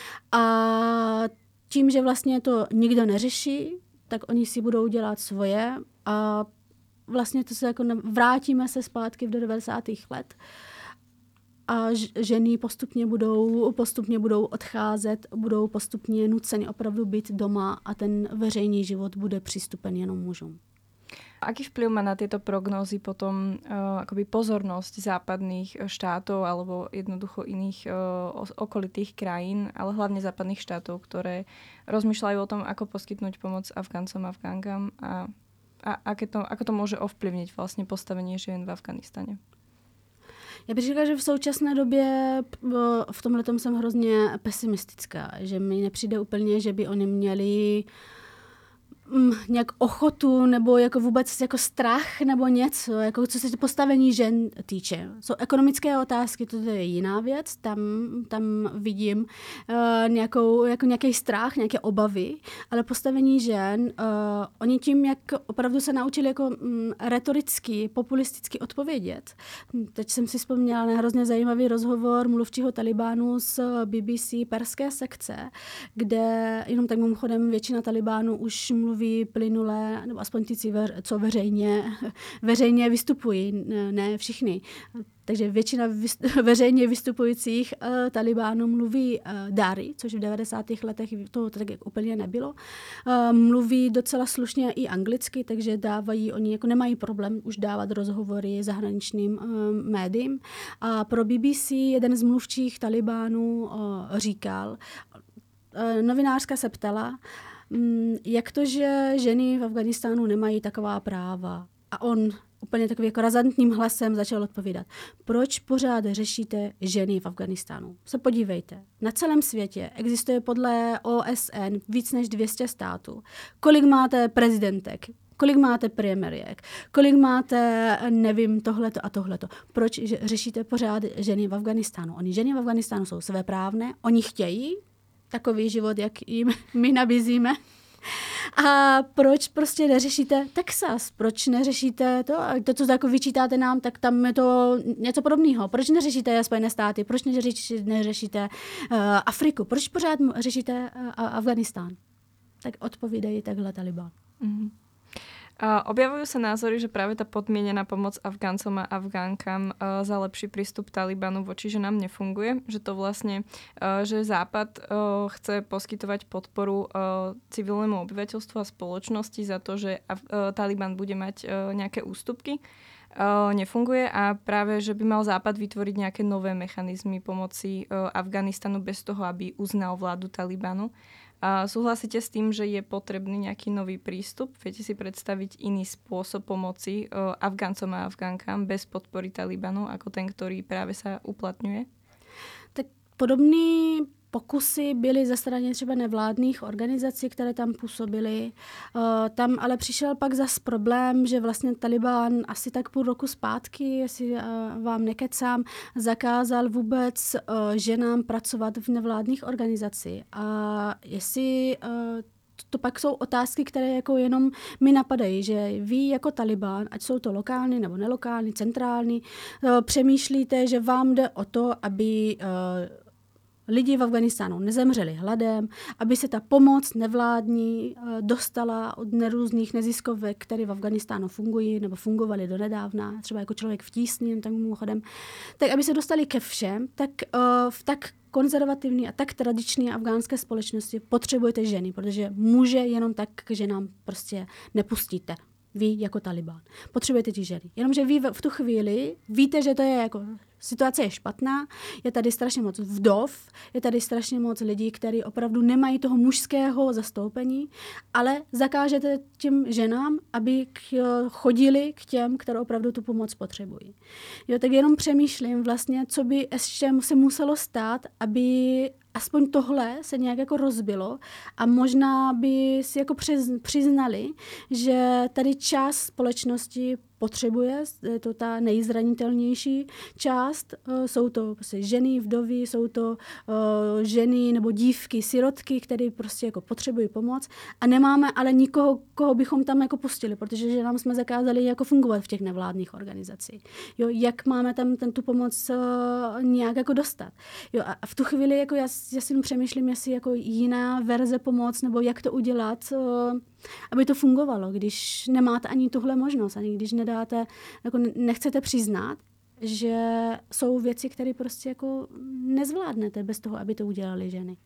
A tím, že vlastně to nikdo neřeší, tak oni si budou dělat svoje a vlastně to se jako vrátíme se zpátky do 90. let. A ženy postupně budou odcházet, budou postupně nuceny opravdu být doma a ten veřejný život bude přístupen jenom mužům. Aký vplyv má na tieto prognózy potom akoby pozornosť západných štátov alebo jednoducho iných okolitých krajín, ale hlavne západných štátov, ktoré rozmýšľajú o tom, ako poskytnúť pomoc Afgáncom a Afgánkam a ako to môže ovplyvniť vlastne postavenie žien v Afganistane? Já bych řekla, že v současné době v tomhletom jsem hrozně pesimistická, že mi nepřijde úplně, že by oni měli nějak ochotu nebo jako vůbec jako strach nebo něco, jako co se postavení žen týče. Jsou ekonomické otázky, to je jiná věc, tam vidím nějaký strach, nějaké obavy, ale postavení žen, oni tím, jak opravdu se naučili jako retoricky, populisticky odpovědět. Teď jsem si vzpomněla na hrozně zajímavý rozhovor mluvčího Talibánu z BBC perské sekce, kde jenom tak mimochodem většina Talibánu už mluví plynule, nebo aspoň ty, co veřejně vystupují, ne všichni. Takže většina veřejně vystupujících Talibánů mluví dáry, což v 90. letech to tak úplně nebylo. Mluví docela slušně i anglicky, takže oni jako nemají problém už dávat rozhovory zahraničním médiím. A pro BBC jeden z mluvčích Talibánů říkal, novinářka se ptala, jak to, že ženy v Afganistánu nemají taková práva A on úplně takovým jako razantním hlasem začal odpovídat. Proč pořád řešíte ženy v Afghánistánu? Se podívejte. Na celém světě existuje podle OSN víc než 200 států. Kolik máte prezidentek? Kolik máte premiérek? Kolik máte, nevím, tohleto a tohleto? Proč řešíte pořád ženy v Afghánistánu? Oni ženy v Afghánistánu jsou svéprávné, oni chtějí takový život, jak jim my nabízíme. A proč prostě neřešíte Texas? Proč neřešíte to, co jako vyčítáte nám, tak tam je to něco podobného. Proč neřešíte Spojené státy? Proč neřešíte Afriku? Proč pořád řešíte Afghánistán? Tak odpovídají takhle Taliban. Mm-hmm. Objavujú sa názory, že práve tá podmienená pomoc Afgáncom a Afgánkam za lepší prístup Talibanu voči ženám nefunguje, že to vlastne, že Západ chce poskytovať podporu civilnému obyvateľstvu a spoločnosti za to, že Taliban bude mať nejaké ústupky. Nefunguje a práve, že by mal Západ vytvoriť nejaké nové mechanizmy pomoci Afganistanu bez toho, aby uznal vládu Talibanu. A súhlasíte s tým, že je potrebný nejaký nový prístup? Viete si predstaviť iný spôsob pomoci Afgáncom a Afgánkám bez podpory Talibanu, ako ten, ktorý práve sa uplatňuje? Tak podobný pokusy byly ze strany třeba nevládních organizací, které tam působily. Tam ale přišel pak zas problém, že vlastně Taliban asi tak půl roku zpátky, jestli vám nekecám, zakázal vůbec ženám pracovat v nevládních organizacích. A jestli to pak jsou otázky, které jako jenom mi napadají, že vy jako Taliban, ať jsou to lokální nebo nelokální, centrální, přemýšlíte, že vám jde o to, aby lidi v Afghánistánu nezemřeli hladem, aby se ta pomoc nevládní dostala od nerůzných neziskovek, které v Afghánistánu fungují nebo fungovaly donedávna, třeba jako Člověk v tísni, tak mimochodem, tak aby se dostali ke všem, tak v tak konzervativní a tak tradiční afgánské společnosti potřebujete ženy, protože muže jenom tak k ženám prostě nepustíte. Vy jako Taliban. Potřebujete ty ženy. Jenomže vy v tu chvíli víte, že to je jako situace je špatná, je tady strašně moc vdov, je tady strašně moc lidí, kteří opravdu nemají toho mužského zastoupení, ale zakážete těm ženám, aby chodili k těm, které opravdu tu pomoc potřebují. Jo, tak jenom přemýšlím vlastně, co by ještě se muselo stát, aby aspoň tohle se nějak jako rozbilo a možná by si jako přiznali, že tady část společnosti potřebuje, je to ta nejzranitelnější část, jsou to prostě ženy, vdovy, jsou to ženy nebo dívky, sirotky, které prostě jako potřebují pomoc a nemáme ale nikoho, koho bychom tam jako pustili, protože že nám jsme zakázali jako fungovat v těch nevládních organizacích. Jo, jak máme tam tu pomoc nějak jako dostat. Jo, a v tu chvíli jako já si přemýšlím, jestli jako jiná verze pomoc nebo jak to udělat, aby to fungovalo, když nemáte ani tuhle možnost, ani když nedáte, jako nechcete přiznat, že jsou věci, které prostě jako nezvládnete bez toho, aby to udělali ženy.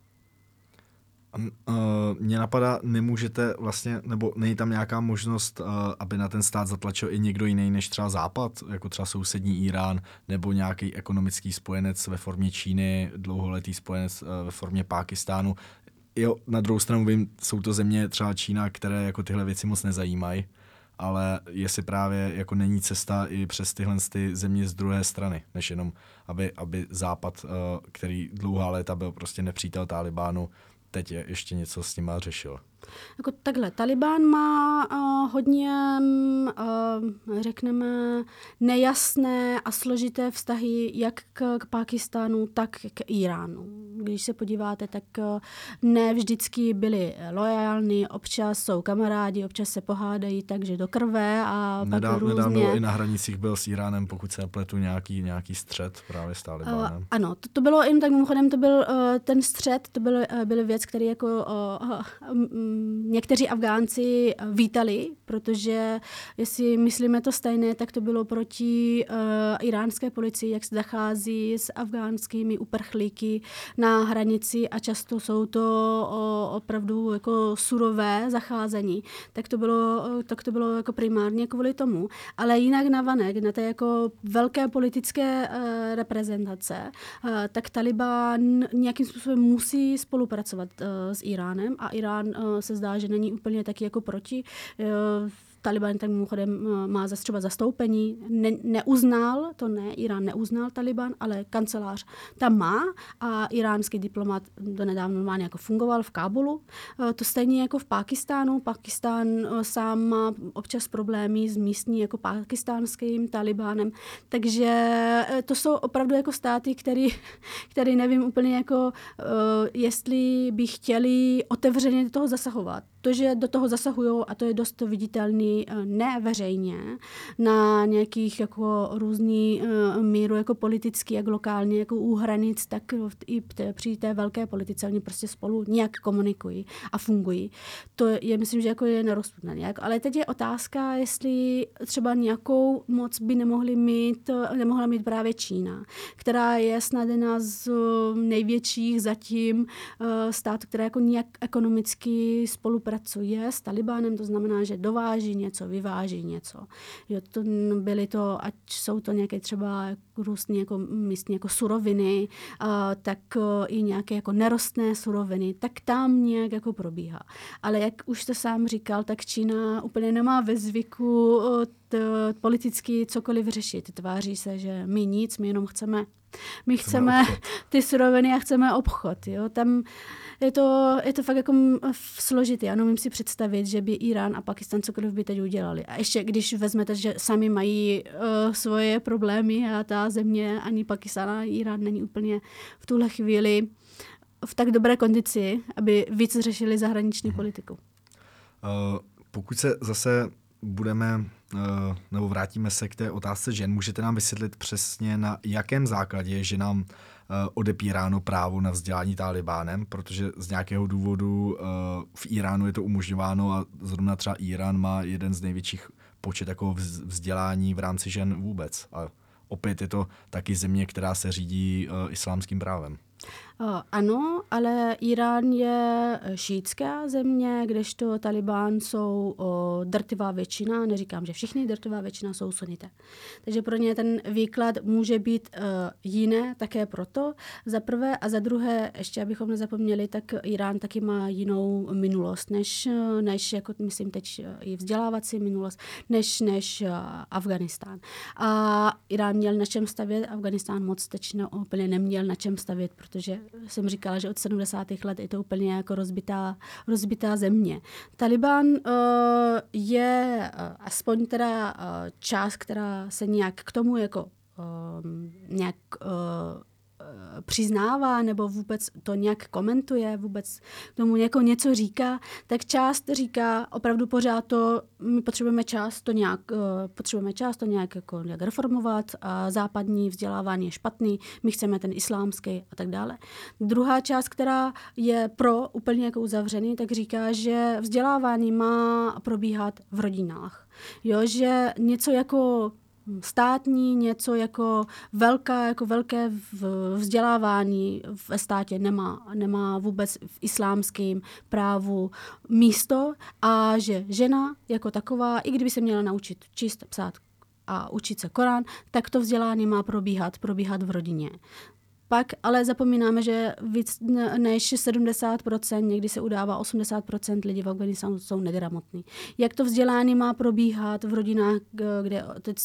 Mně napadá, nemůžete vlastně, nebo není tam nějaká možnost, aby na ten stát zatlačil i někdo jiný než třeba Západ, jako třeba sousední Irán, nebo nějaký ekonomický spojenec ve formě Číny, dlouholetý spojenec ve formě Pákistánu. Jo, na druhou stranu vím, jsou to země, třeba Čína, které jako tyhle věci moc nezajímají, ale jestli právě jako není cesta i přes tyhle země z druhé strany, než jenom, aby Západ, který dlouhá léta byl prostě nepřítel Talibánu, teď je ještě něco s nima řešil. Jako takhle, Taliban má hodně, řekneme, nejasné a složité vztahy jak k Pákistánu, tak k Iránu. Když se podíváte, tak ne vždycky byli loajální, občas jsou kamarádi, občas se pohádají takže do krve a pak různě. Nedávno i na hranicích byl s Iránem, pokud se nepletu, nějaký střet právě s Talibánem. Ano, to bylo jen tak mimochodem, to byl ten střet, to byl věc, který jako někteří Afgánci vítali, protože jestli myslíme to stejné, tak to bylo proti iránské policii, jak se zachází s afgánskými uprchlíky na hranici a často jsou to opravdu jako surové zacházení. Tak to bylo jako primárně kvůli tomu. Ale jinak navanek, na té jako velké politické reprezentace, tak Taliban nějakým způsobem musí spolupracovat s Iránem a Irán se zdá, že není úplně taky jako proti. Taliban tak mimochodem má třeba zastoupení, neuznal, to ne, Irán neuznal Taliban, ale kancelář tam má a iránský diplomat donedávno normálně jako fungoval v Kábulu. To stejně jako v Pákistánu. Pákistán sám má občas problémy s místní jako pákistánským Talibánem, takže to jsou opravdu jako státy, které nevím úplně jako, jestli by chtěli otevřeně do toho zasahovat. To, že do toho zasahují, a to je dost viditelný neveřejně, na nějakých jako různý míru jako politický, jak lokálně, jako u hranic, tak i při té velké politice oni prostě spolu nějak komunikují a fungují. To je, myslím, že jako je nerozpustné. Ale teď je otázka, jestli třeba nějakou moc by nemohla mít právě Čína, která je snad jedna z největších zatím států, která jako nějak ekonomicky spolupracuje s Talibánem, to znamená, že dováží něco, vyváží něco. Jo, to byly to, ať jsou to nějaké třeba různé jako místní jako suroviny, tak i nějaké jako nerostné suroviny, tak tam nějak jako probíhá. Ale jak už to sám říkal, tak Čína úplně nemá ve zvyku politicky cokoliv řešit. Tváří se, že my nic, my jenom chceme ty suroviny a chceme obchod. Jo? Tam je to fakt jako složitý. Já nemůžu si představit, že by Irán a Pakistan cokoliv by teď udělali. A ještě když vezmete, že sami mají svoje problémy a ta země, ani Pakistan, ani Irán není úplně v tuhle chvíli v tak dobré kondici, aby víc řešili zahraniční politiku. Pokud se zase nebo vrátíme se k té otázce žen, můžete nám vysvětlit přesně, na jakém základě ženám odepíráno právo na vzdělání Talibánem, protože z nějakého důvodu v Iránu je to umožňováno a zrovna třeba Irán má jeden z největších počet jako vzdělání v rámci žen vůbec. A opět je to taky země, která se řídí islámským právem. Ano, ale Irán je šíitská země, kdežto Talibán jsou drtivá většina, neříkám, že všichni, drtivá většina jsou sunité. Takže pro ně ten výklad může být jiné také proto, za prvé, a za druhé, ještě abychom nezapomněli, tak Irán taky má jinou minulost, než jako myslím teď i vzdělávací minulost, než Afghánistán. A Irán měl na čem stavět, Afghánistán moc teď úplně neměl na čem stavět, protože jsem říkala, že od 70. let je to úplně jako rozbitá země. Talibán je aspoň teda část, která se nějak k tomu jako nějak přiznává nebo vůbec to nějak komentuje, vůbec tomu jako něco říká, tak část říká opravdu pořád to, my potřebujeme část to nějak jako reformovat a západní vzdělávání je špatný, my chceme ten islámský a tak dále. Druhá část, která je pro úplně jako uzavřený, tak říká, že vzdělávání má probíhat v rodinách. Jo, že něco jako státní, něco jako velké vzdělávání ve státě nemá vůbec v islámském právu místo a že žena jako taková, i kdyby se měla naučit číst, psát a učit se Korán, tak to vzdělání má probíhat v rodině. Pak ale zapomínáme, že víc než 70%, někdy se udává 80% lidí v Afghánistánu jsou negramotní. Jak to vzdělání má probíhat v rodinách, kde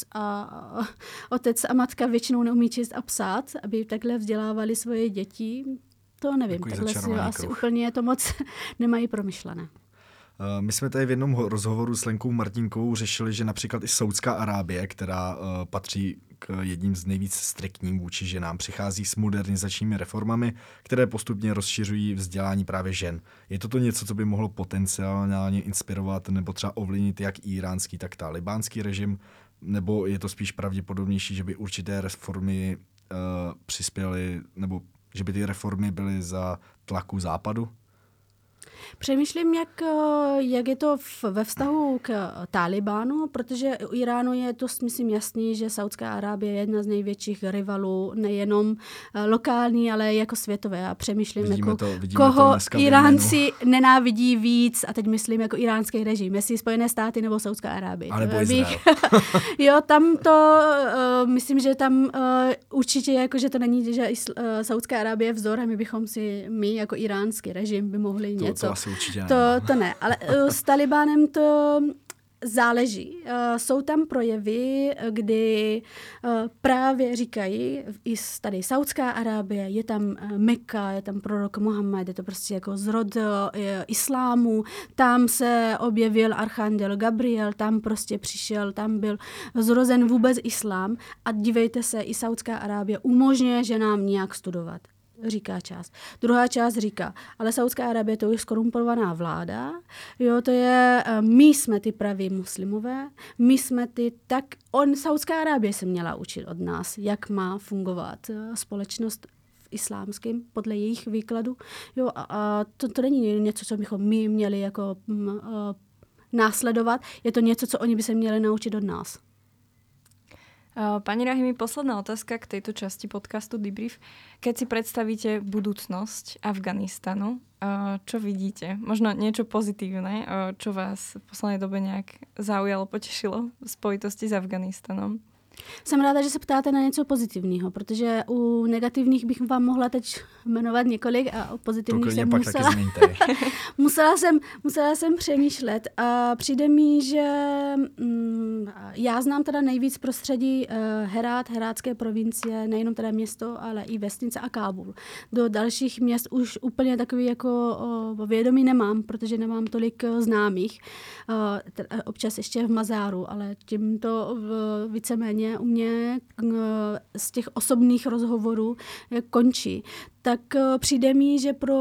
otec a matka většinou neumí číst a psát, aby takhle vzdělávali svoje děti, to nevím. Takhle si asi úplně to moc nemají promyšlené. My jsme tady v jednom rozhovoru s Lenkou Martinkou řešili, že například i Saudská Arábie, která patří k jedním z nejvíc striktním vůči ženám, přichází s modernizačními reformami, které postupně rozšiřují vzdělání právě žen. Je to něco, co by mohlo potenciálně inspirovat nebo třeba ovlivnit jak iránský, tak talibánský režim, nebo je to spíš pravděpodobnější, že by určité reformy přispěly, nebo že by ty reformy byly za tlaku západu? Přemýšlím, jak je to ve vztahu k Talibánu, protože u Iránu je to, myslím, jasný, že Saudská Arábie je jedna z největších rivalů, nejenom lokální, ale jako světové. Já přemýšlím, koho Iránci nenávidí víc, a teď myslím jako iránský režim, jestli Spojené státy nebo Saudská Arábie. Alebo Izrael. Jo, tam to, myslím, že tam určitě, jako, že to není, že Saudská Arábie je vzor a my jako iránský režim by mohli něco. To asi určitě ne. To ne, ale s Talibánem to záleží. Jsou tam projevy, kdy právě říkají, i tady Saudská Arábie, je tam Mekka, je tam prorok Mohamed, je to prostě jako zrod islámu, tam se objevil archanděl Gabriel, tam prostě přišel, tam byl zrozen vůbec islám a dívejte se, i Saudská Arábie umožňuje ženám nějak studovat. Říká část. Druhá část říká, ale Saudská Arábie to je skorumpovaná vláda, jo, to je, my jsme ty praví muslimové, my jsme ty, tak Saudská Arábie se měla učit od nás, jak má fungovat společnost v islámském, podle jejich výkladu, jo, a to není něco, co bychom my měli jako následovat, je to něco, co oni by se měli naučit od nás. Pani Rahimi, posledná otázka k tejto časti podcastu Debrief. Keď si predstavíte budúcnosť Afganistanu, čo vidíte? Možno niečo pozitívne, čo vás v poslednej dobe nejak zaujalo, potešilo v spojitosti s Afganistanom? Jsem ráda, že se ptáte na něco pozitivního, protože u negativních bych vám mohla teď jmenovat několik a u pozitivních jsem musela jsem přemýšlet. A přijde mi, že já znám teda nejvíc prostředí Herátské provincie, nejenom teda město, ale i vesnice a Kábul. Do dalších měst už úplně takový jako vědomí nemám, protože nemám tolik známých. Občas ještě v Mazáru, ale tímto víceméně u mě z těch osobních rozhovorů končí. Tak přijde mi,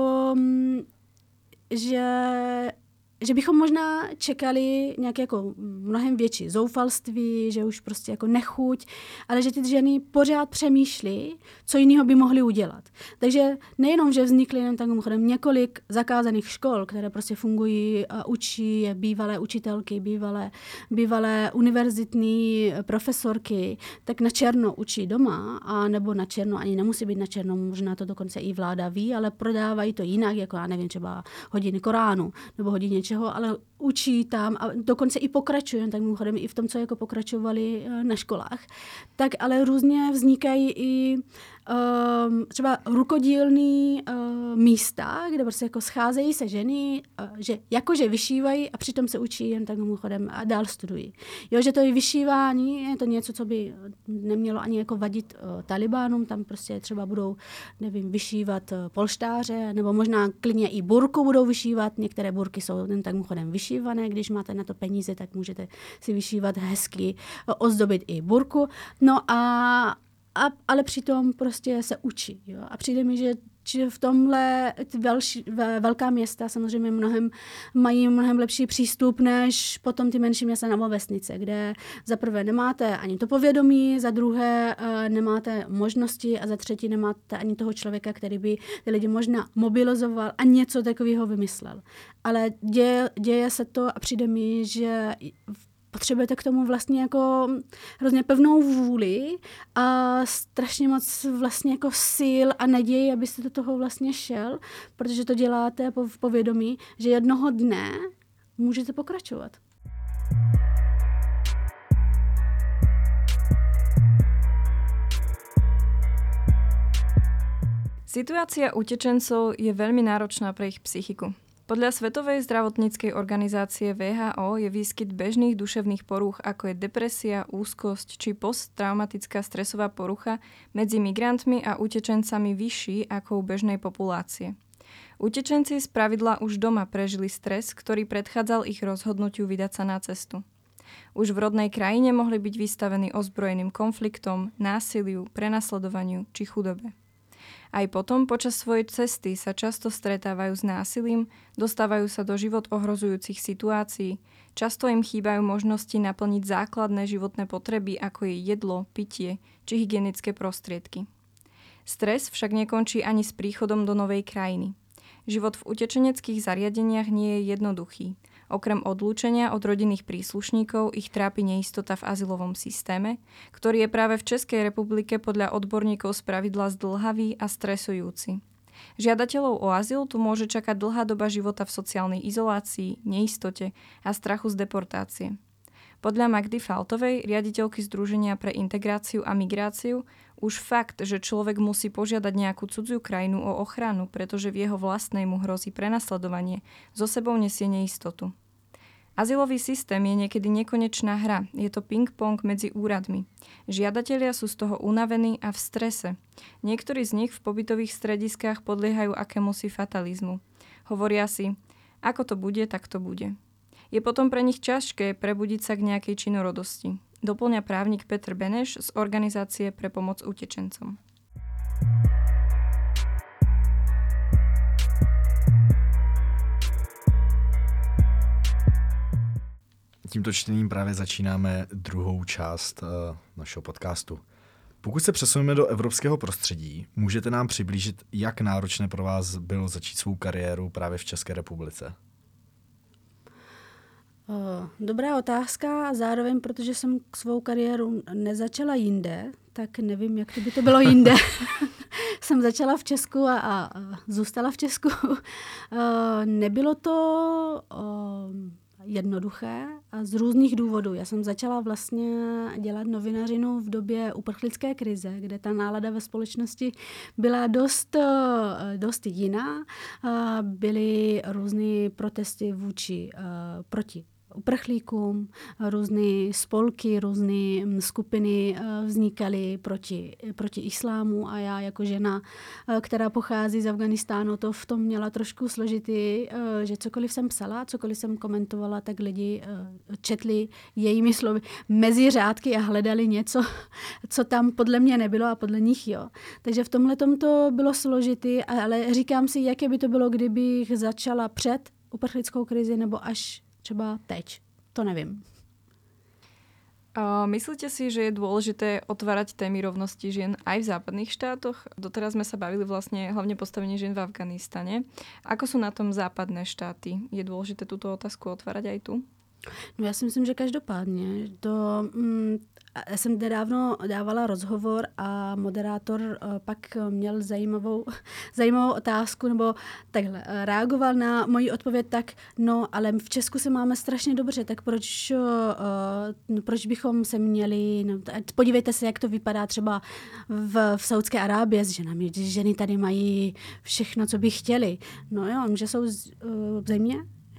že bychom možná čekali nějaké jako mnohem větší zoufalství, že už prostě jako nechuť, ale že ty ženy pořád přemýšlí, co jiného by mohly udělat. Takže nejenom, že vznikly jen tak mimochodem několik zakázaných škol, které prostě fungují a učí bývalé učitelky, bývalé univerzitní profesorky, tak na černo učí doma, a nebo na černo ani nemusí být na černo, možná to dokonce i vláda ví, ale prodávají to jinak, jako já nevím, třeba hodiny Koránu nebo hodiny něčeho, ale učí tam a dokonce i pokračují, tak mimochodem i v tom, co jako pokračovali na školách. Tak ale různě vznikají i třeba rukodílný místa, kde prostě jako scházejí se ženy, že jakože vyšívají a přitom se učí jen tak mimochodem a dál studují. Jo, že to je vyšívání, je to něco, co by nemělo ani jako vadit Talibánům, tam prostě třeba budou, nevím, vyšívat polštáře, nebo možná klidně i burku budou vyšívat, některé burky jsou jen tak mimochodem vyšívané, když máte na to peníze, tak můžete si vyšívat hezky, ozdobit i burku, no ale přitom prostě se učí. Jo? A přijde mi, že v tomhle velká města samozřejmě mají mnohem lepší přístup než potom ty menší města nebo vesnice, kde za prvé nemáte ani to povědomí, za druhé nemáte možnosti a za třetí nemáte ani toho člověka, který by ty lidi možná mobilizoval a něco takového vymyslel. Ale děje se to a přijde mi, že potřebujete k tomu vlastně jako hrozně pevnou vůli a strašně moc vlastně jako sil a naději, abyste do toho vlastně šel, protože to děláte v povědomí, že jednoho dne můžete pokračovat. Situácia utečencov je veľmi náročná pre ich psychiku. Podľa Svetovej zdravotníckej organizácie WHO je výskyt bežných duševných porúch, ako je depresia, úzkosť či posttraumatická stresová porucha medzi migrantmi a utečencami vyšší ako u bežnej populácie. Utečenci spravidla už doma prežili stres, ktorý predchádzal ich rozhodnutiu vydať sa na cestu. Už v rodnej krajine mohli byť vystavení ozbrojeným konfliktom, násiliu, prenasledovaniu či chudobe. Aj potom počas svojej cesty sa často stretávajú s násilím, dostávajú sa do život ohrozujúcich situácií, často im chýbajú možnosti naplniť základné životné potreby, ako je jedlo, pitie či hygienické prostriedky. Stres však nekončí ani s príchodom do novej krajiny. Život v utečeneckých zariadeniach nie je jednoduchý. Okrem odlúčenia od rodinných príslušníkov ich trápi neistota v azylovom systéme, ktorý je práve v Českej republike podľa odborníkov spravidla zdĺhavý a stresujúci. Žiadateľov o azyl tu môže čakať dlhá doba života v sociálnej izolácii, neistote a strachu z deportácie. Podľa Magdy Faltovej, riaditeľky Združenia pre integráciu a migráciu, už fakt, že človek musí požiadať nejakú cudziu krajinu o ochranu, pretože v jeho vlastnej mu hrozí prenasledovanie, so sebou nesie neistotu. Azylový systém je niekedy nekonečná hra. Je to ping-pong medzi úradmi. Žiadatelia sú z toho unavení a v strese. Niektorí z nich v pobytových strediskách podliehajú akémusi fatalizmu. Hovoria si, ako to bude, tak to bude. Je potom pre nich ťažké prebudiť sa k nejakej činorodosti. Doplňa právnik Petr Beneš z Organizácie pre pomoc utečencom. Tímto čtením právě začínáme druhou část našeho podcastu. Pokud se přesuneme do evropského prostředí, můžete nám přiblížit, jak náročné pro vás bylo začít svou kariéru právě v České republice? Dobrá otázka a zároveň, protože jsem svou kariéru nezačala jinde, tak nevím, jak to by to bylo jinde. Jsem začala v Česku a zůstala v Česku. Nebylo to jednoduché a z různých důvodů. Já jsem začala vlastně dělat novinařinu v době uprchlické krize, kde ta nálada ve společnosti byla dost jiná. Byly různé protesty proti uprchlíkům, různé spolky, různé skupiny vznikaly proti islámu a já jako žena, která pochází z Afghánistánu, to v tom měla trošku složitý, že cokoliv jsem psala, cokoliv jsem komentovala, tak lidi četli jejími slovy mezi řádky a hledali něco, co tam podle mě nebylo a podle nich jo. Takže v tomhletom to bylo složitý, ale říkám si, jaké by to bylo, kdybych začala před uprchlickou krizi nebo až třeba teď. To nevím. Myslíte si, že je dôležité otvárať témy rovnosti žien aj v západných štátoch? Doteraz sme sa bavili vlastne hlavne postavenie žien v Afganistane. Ako sú na tom západné štáty? Je dôležité túto otázku otvárať aj tu? No já si myslím, že každopádně. Já jsem nedávno dávala rozhovor a moderátor pak měl zajímavou otázku, nebo takhle, reagoval na moji odpověď tak, no ale v Česku se máme strašně dobře, tak proč bychom se měli, no, podívejte se, jak to vypadá třeba v Saudské Arábii s ženami, když ženy tady mají všechno, co by chtěli. No jo, že jsou země,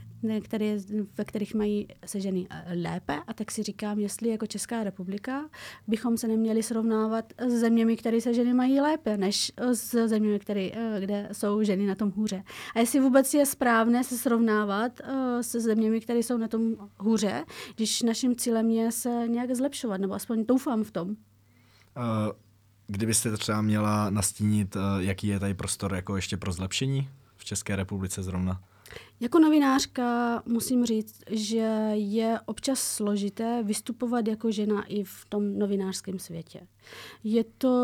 ve kterých mají se ženy lépe a tak si říkám, jestli jako Česká republika bychom se neměli srovnávat s zeměmi, které se ženy mají lépe, než s zeměmi, kde jsou ženy na tom hůře. A jestli vůbec je správné se srovnávat se zeměmi, které jsou na tom hůře, když naším cílem je se nějak zlepšovat, nebo aspoň doufám v tom. Kdybyste třeba měla nastínit, jaký je tady prostor jako ještě pro zlepšení v České republice zrovna? Jako novinářka musím říct, že je občas složité vystupovat jako žena i v tom novinářském světě. Je to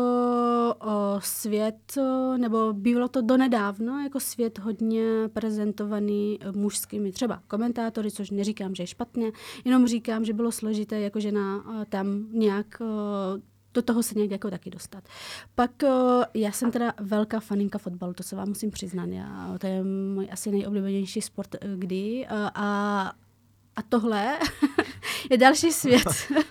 svět, nebo bylo to donedávno jako svět hodně prezentovaný mužskými třeba komentátory, což neříkám, že je špatně, jenom říkám, že bylo složité jako žena tam nějak do toho se nějak jako taky dostat. Pak já jsem teda velká faninka fotbalu, to se vám musím přiznat. To je můj asi nejoblíbenější sport kdy. A tohle je další svět.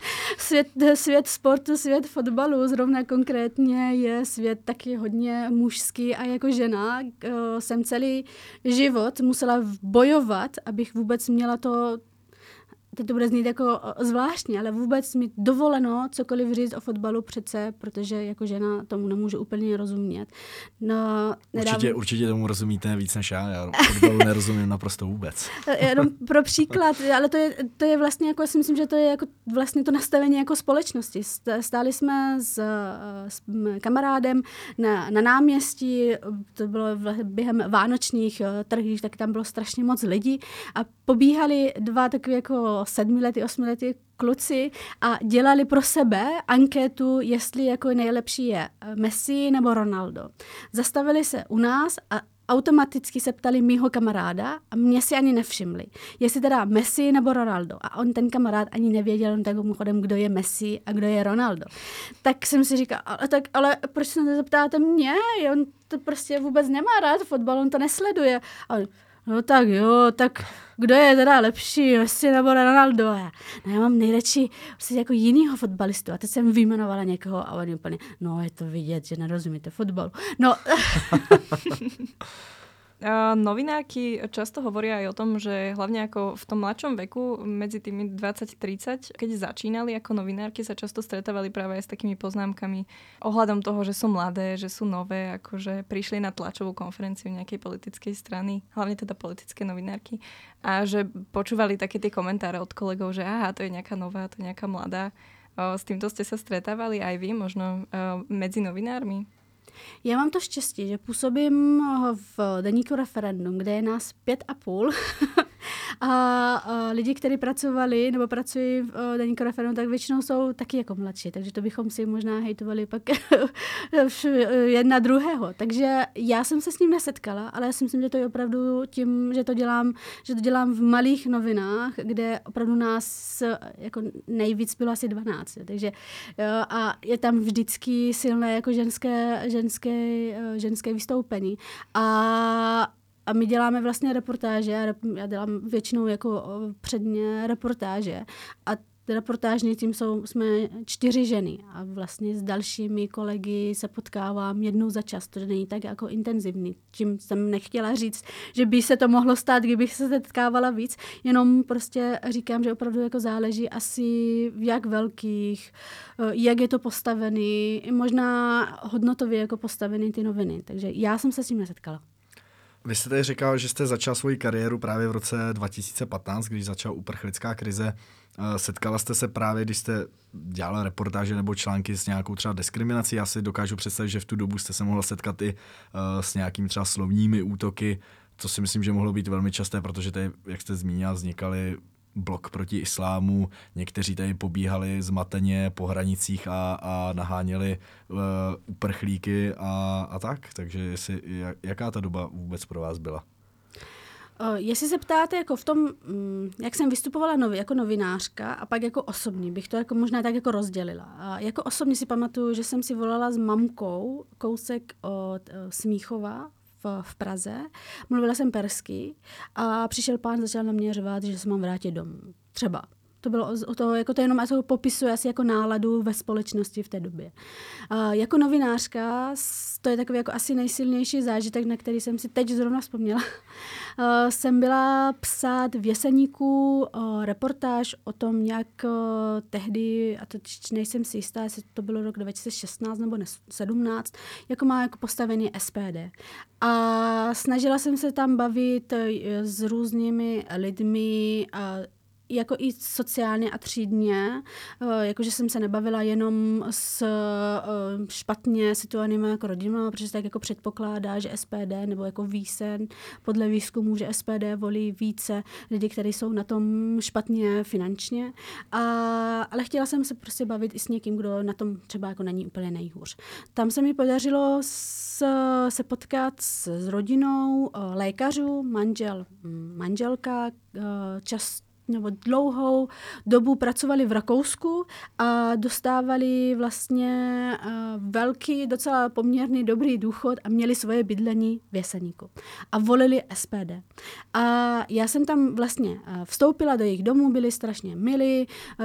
Svět sportu, svět fotbalu, zrovna konkrétně je svět taky hodně mužský a jako žena jsem celý život musela bojovat, abych vůbec měla to, teď to bude znít jako zvláštně, ale vůbec mi dovoleno cokoliv říct o fotbalu přece, protože jako žena tomu nemůžu úplně rozumět. No, určitě tomu rozumíte víc než já fotbalu nerozumím naprosto vůbec. Jenom pro příklad, ale to je vlastně, jako, já si myslím, že to je jako vlastně to nastavení jako společnosti. Stáli jsme s kamarádem na náměstí, to bylo během vánočních trhů, tak tam bylo strašně moc lidí a pobíhali dva takové jako 7letý, 8letý kluci a dělali pro sebe anketu, jestli jako nejlepší je Messi nebo Ronaldo. Zastavili se u nás a automaticky se ptali mýho kamaráda a mě si ani nevšimli, jestli teda Messi nebo Ronaldo. A on ten kamarád ani nevěděl takovým chodem, kdo je Messi a kdo je Ronaldo. Tak jsem si říkal, ale proč se nezeptáte mě? On to prostě vůbec nemá rád fotbal, on to nesleduje. A on, no tak jo, tak kdo je teda lepší, Messi nebo Ronaldo? No, já mám nejradši jako jinýho fotbalistu. A teď jsem vyjmenovala někoho a on úplně, no je to vidět, že nerozumíte fotbalu. No. Novinárky často hovoria aj o tom, že hlavne ako v tom mladšom veku, medzi tými 20-30, keď začínali ako novinárky, sa často stretávali práve aj s takými poznámkami ohľadom toho, že sú mladé, že sú nové, akože prišli na tlačovú konferenciu nejakej politickej strany, hlavne teda politické novinárky, a že počúvali také tie komentáre od kolegov, že aha, to je nejaká nová, to je nejaká mladá. S týmto ste sa stretávali aj vy, možno medzi novinármi? Já mám to štěstí, že působím v deníku Referendum, kde je nás 5,5 a lidi, kteří pracovali nebo pracují v deníku Referendum, tak většinou jsou taky jako mladší, takže to bychom si možná hejtovali pak jedna druhého. Takže já jsem se s ním nesetkala, ale já si myslím, že to je opravdu tím, že to dělám v malých novinách, kde opravdu nás jako nejvíc bylo asi 12. Takže a je tam vždycky silné jako ženské vystoupení. A my děláme vlastně reportáže, já dělám většinou jako předně reportáže a reportážní tým jsme 4 ženy a vlastně s dalšími kolegy se potkávám jednou za čas, to není tak jako intenzivní. Čím jsem nechtěla říct, že by se to mohlo stát, kdybych se setkávala víc, jenom prostě říkám, že opravdu jako záleží asi v jak velkých, jak je to postavený, možná hodnotově jako postavený ty noviny. Takže já jsem se s tím nesetkala. Vy jste tady říkal, že jste začal svoji kariéru právě v roce 2015, když začala uprchlická krize. Setkala jste se právě, když jste dělala reportáže nebo články s nějakou třeba diskriminací? Já si dokážu představit, že v tu dobu jste se mohla setkat i s nějakými třeba slovními útoky, co si myslím, že mohlo být velmi časté, protože tady, jak jste zmínila, vznikaly blok proti islámu, někteří tady pobíhali zmateně po hranicích a naháněli uprchlíky a tak. Takže jaká ta doba vůbec pro vás byla? Jestli se ptáte jako v tom, jak jsem vystupovala jako novinářka a pak jako osobní, bych to jako možná tak jako rozdělila. A jako osobní si pamatuju, že jsem si volala s mamkou kousek od Smíchova v Praze. Mluvila jsem persky a přišel pán, začal na mě řvát, že se mám vrátit domů. Třeba. To bylo to, jako to jenom to popisuje asi jako náladu ve společnosti v té době. Jako novinářka, to je takový jako asi nejsilnější zážitek, na který jsem si teď zrovna vzpomněla. Jsem byla psát v Jeseníku reportáž o tom, jak tehdy, a teď nejsem si jistá, jestli to bylo rok 2016 nebo 2017, jako má jako postavený SPD. A snažila jsem se tam bavit s různými lidmi, jako i sociálně a třídně, jakože jsem se nebavila jenom s špatně situovanými jako rodinami, protože se tak jako předpokládá, že SPD nebo jako výsen podle výzkumu, že SPD volí více lidí, kteří jsou na tom špatně finančně. Ale chtěla jsem se prostě bavit i s někým, kdo na tom třeba jako není úplně nejhůř. Tam se mi podařilo se potkat s rodinou lékařů, manželka, nebo dlouhou dobu pracovali v Rakousku a dostávali vlastně velký, docela poměrný dobrý důchod a měli svoje bydlení v Jeseníku. A volili SPD. A já jsem tam vlastně vstoupila do jejich domů, byli strašně milí,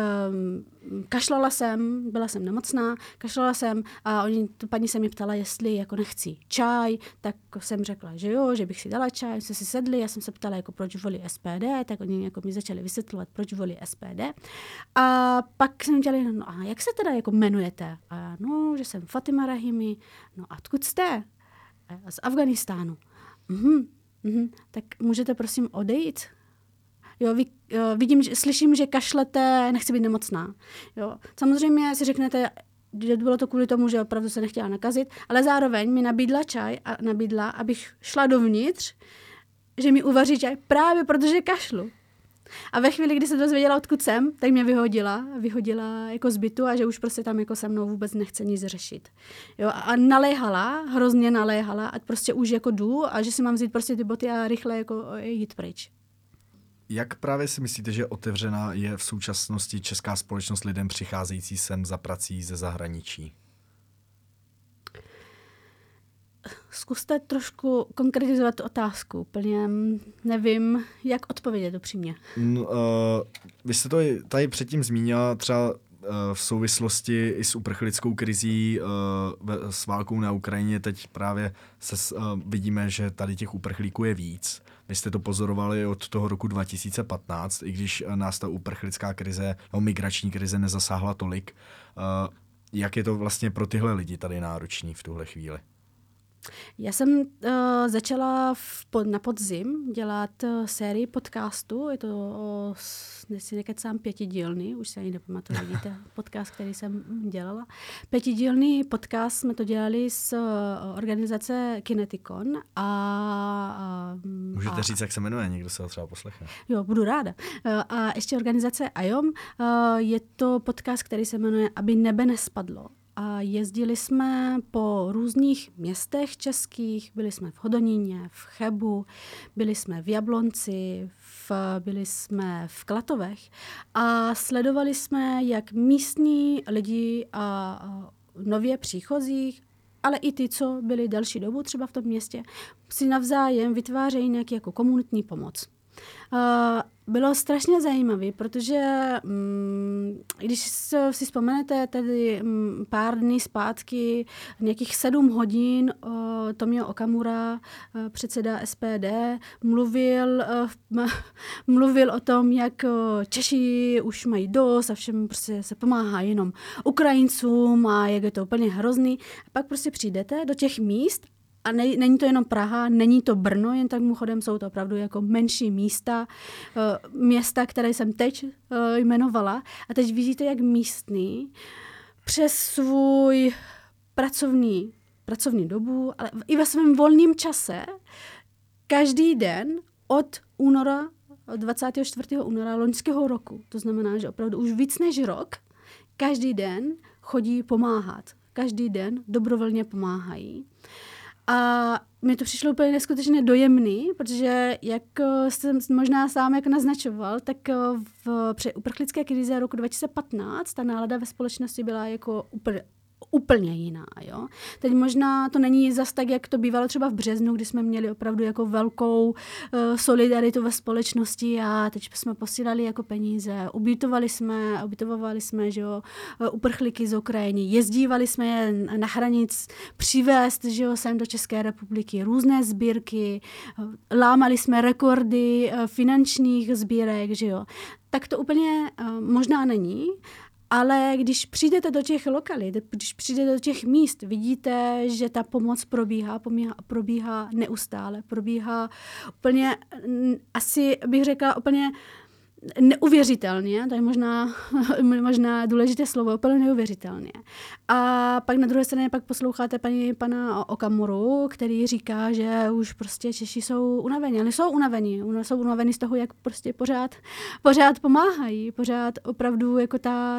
kašlala jsem, byla jsem nemocná, kašlala jsem a paní se mi ptala, jestli jako nechci čaj, tak jsem řekla, že jo, že bych si dala čaj, jsme si sedli, já jsem se ptala, jako proč volí SPD, tak oni jako mi začali vysvětlovat, proč volí SPD. A pak jsem dělala, no a jak se teda jako jmenujete? A já, no, že jsem Fatima Rahimi, no a odkud jste? Z Afganistánu. Tak můžete prosím odejít? Jo, slyším, že kašlete, nechci být nemocná. Jo. Samozřejmě si řeknete, že bylo to kvůli tomu, že opravdu se nechtěla nakazit, ale zároveň mi nabídla čaj a nabídla, abych šla dovnitř, že mi uvaří čaj právě protože kašlu. A ve chvíli, kdy se dozvěděla, odkud jsem, tak mě vyhodila jako z bytu a že už prostě tam jako se mnou vůbec nechce nic řešit. Jo, a hrozně naléhala, ať prostě už jako jdu a že si mám vzít prostě ty boty a rychle jako jít pryč. Jak právě si myslíte, že otevřená je v současnosti česká společnost lidem přicházející sem za prací ze zahraničí? Zkuste trošku konkretizovat tu otázku. Úplně nevím, jak odpovědět upřímně. Vy jste to tady předtím zmínila třeba v souvislosti i s uprchlickou krizí, s válkou na Ukrajině teď právě vidíme, že tady těch uprchlíků je víc. Vy jste to pozorovali od toho roku 2015, i když nás ta uprchlická krize, migrační krize nezasáhla tolik. Jak je to vlastně pro tyhle lidi tady náročný v tuhle chvíli? Já jsem začala na podzim dělat sérii podcastů, je to, si nekecám, 5dílný, už se ani nepamatuju, vidíte, podcast, který jsem dělala. 5dílný podcast jsme to dělali s organizace Kineticon Můžete říct, jak se jmenuje, někdo se ho třeba poslechne. Jo, budu ráda. A ještě organizace IOM, je to podcast, který se jmenuje Aby nebe nespadlo. A jezdili jsme po různých městech českých, byli jsme v Hodoníně, v Chebu, byli jsme v Jablonci, byli jsme v Klatovech a sledovali jsme, jak místní lidi a nově příchozích, ale i ty, co byli delší dobu třeba v tom městě, si navzájem vytvářejí nějaký jako komunitní pomoc. Bylo strašně zajímavé, protože když si vzpomenete tedy pár dní zpátky, nějakých 7 hodin, Tomio Okamura, předseda SPD, mluvil o tom, jak Češi už mají dost a všem prostě se pomáhá jenom Ukrajincům a jak je to úplně hrozný. A pak prostě přijdete do těch míst, a není to jenom Praha, není to Brno, jen tak mimochodem jsou to opravdu jako menší města, které jsem teď jmenovala. A teď vidíte, jak místní přes svůj pracovní dobu, ale i ve svém volném čase, každý den od 24. února loňského roku, to znamená, že opravdu už víc než rok, každý den chodí pomáhat. Každý den dobrovolně pomáhají. A mi to přišlo úplně neskutečně dojemný, protože jak jsem možná sám jak naznačoval, tak při uprchlické krize roku 2015 ta nálada ve společnosti byla jako úplně jiná. Jo? Teď možná to není zas tak, jak to bývalo třeba v březnu, kdy jsme měli opravdu jako velkou solidaritu ve společnosti a teď jsme posílali jako peníze, ubytovali jsme že jo, uprchlíky z Ukrajiny, jezdívali jsme je na hranic přivést že jo, sem do České republiky, různé sbírky, lámali jsme rekordy finančních sbírek, že jo. Tak to úplně možná není. Ale když přijdete do těch lokalit, když přijdete do těch míst, vidíte, že ta pomoc probíhá neustále, probíhá úplně, asi bych řekla úplně neuvěřitelně, to je možná důležité slovo, úplně neuvěřitelně. A pak na druhé straně pak posloucháte pana Okamuru, který říká, že už prostě Češi jsou unavení, ale jsou unavení z toho, jak prostě pořád pomáhají, pořád opravdu jako ta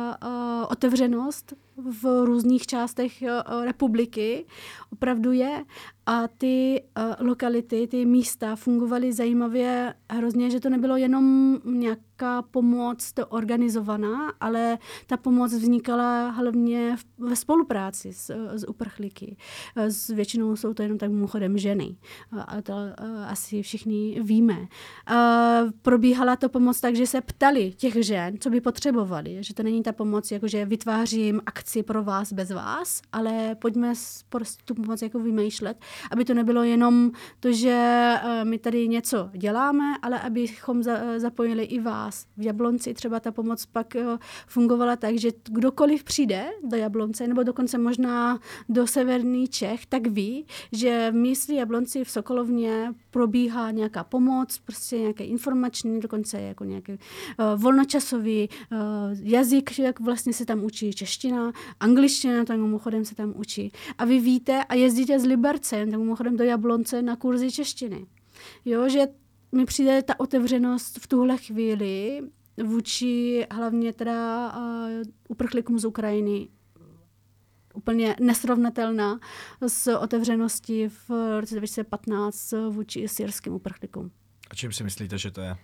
otevřenost v různých částech republiky opravdu je. A ty lokality, ty místa fungovaly zajímavě hrozně, že to nebylo jenom nějaká pomoc organizovaná, ale ta pomoc vznikala hlavně ve spolupráci s uprchlíky. Většinou jsou to jenom tak mimochodem ženy. A to asi všichni víme. Probíhala to pomoc tak, že se ptali těch žen, co by potřebovali. Že to není ta pomoc, jakože vytvářím akci pro vás bez vás, ale pojďme prostě tu pomoc jako vymýšlet, aby to nebylo jenom to, že my tady něco děláme, ale abychom zapojili i vás. V Jablonci třeba ta pomoc pak fungovala tak, že kdokoliv přijde do Jablonce, nebo dokonce možná do severní Čech, tak ví, že v místě Jablonci v Sokolovně probíhá nějaká pomoc, prostě nějaké informační, dokonce jako nějaký volnočasový jazyk, jak vlastně se tam učí čeština, angličtina, tak mimochodem se tam učí. A vy víte a jezdíte z Liberce, tak mimochodem do Jablonce na kurzy češtiny. Jo, že mi přijde ta otevřenost v tuhle chvíli vůči hlavně teda uprchlíkům z Ukrajiny úplně nesrovnatelná s otevřeností v roce 2015 vůči syrským uprchlíkům. A čím si myslíte, že to je?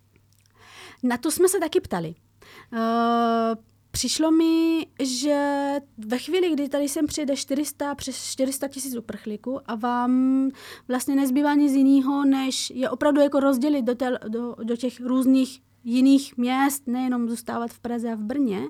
Na to jsme se taky ptali. Přišlo mi, že ve chvíli, kdy tady sem přijede přes 400 000 uprchlíků a vám vlastně nezbývá nic jiného, než je opravdu jako rozdělit do těch různých jiných měst, nejenom zůstávat v Praze a v Brně,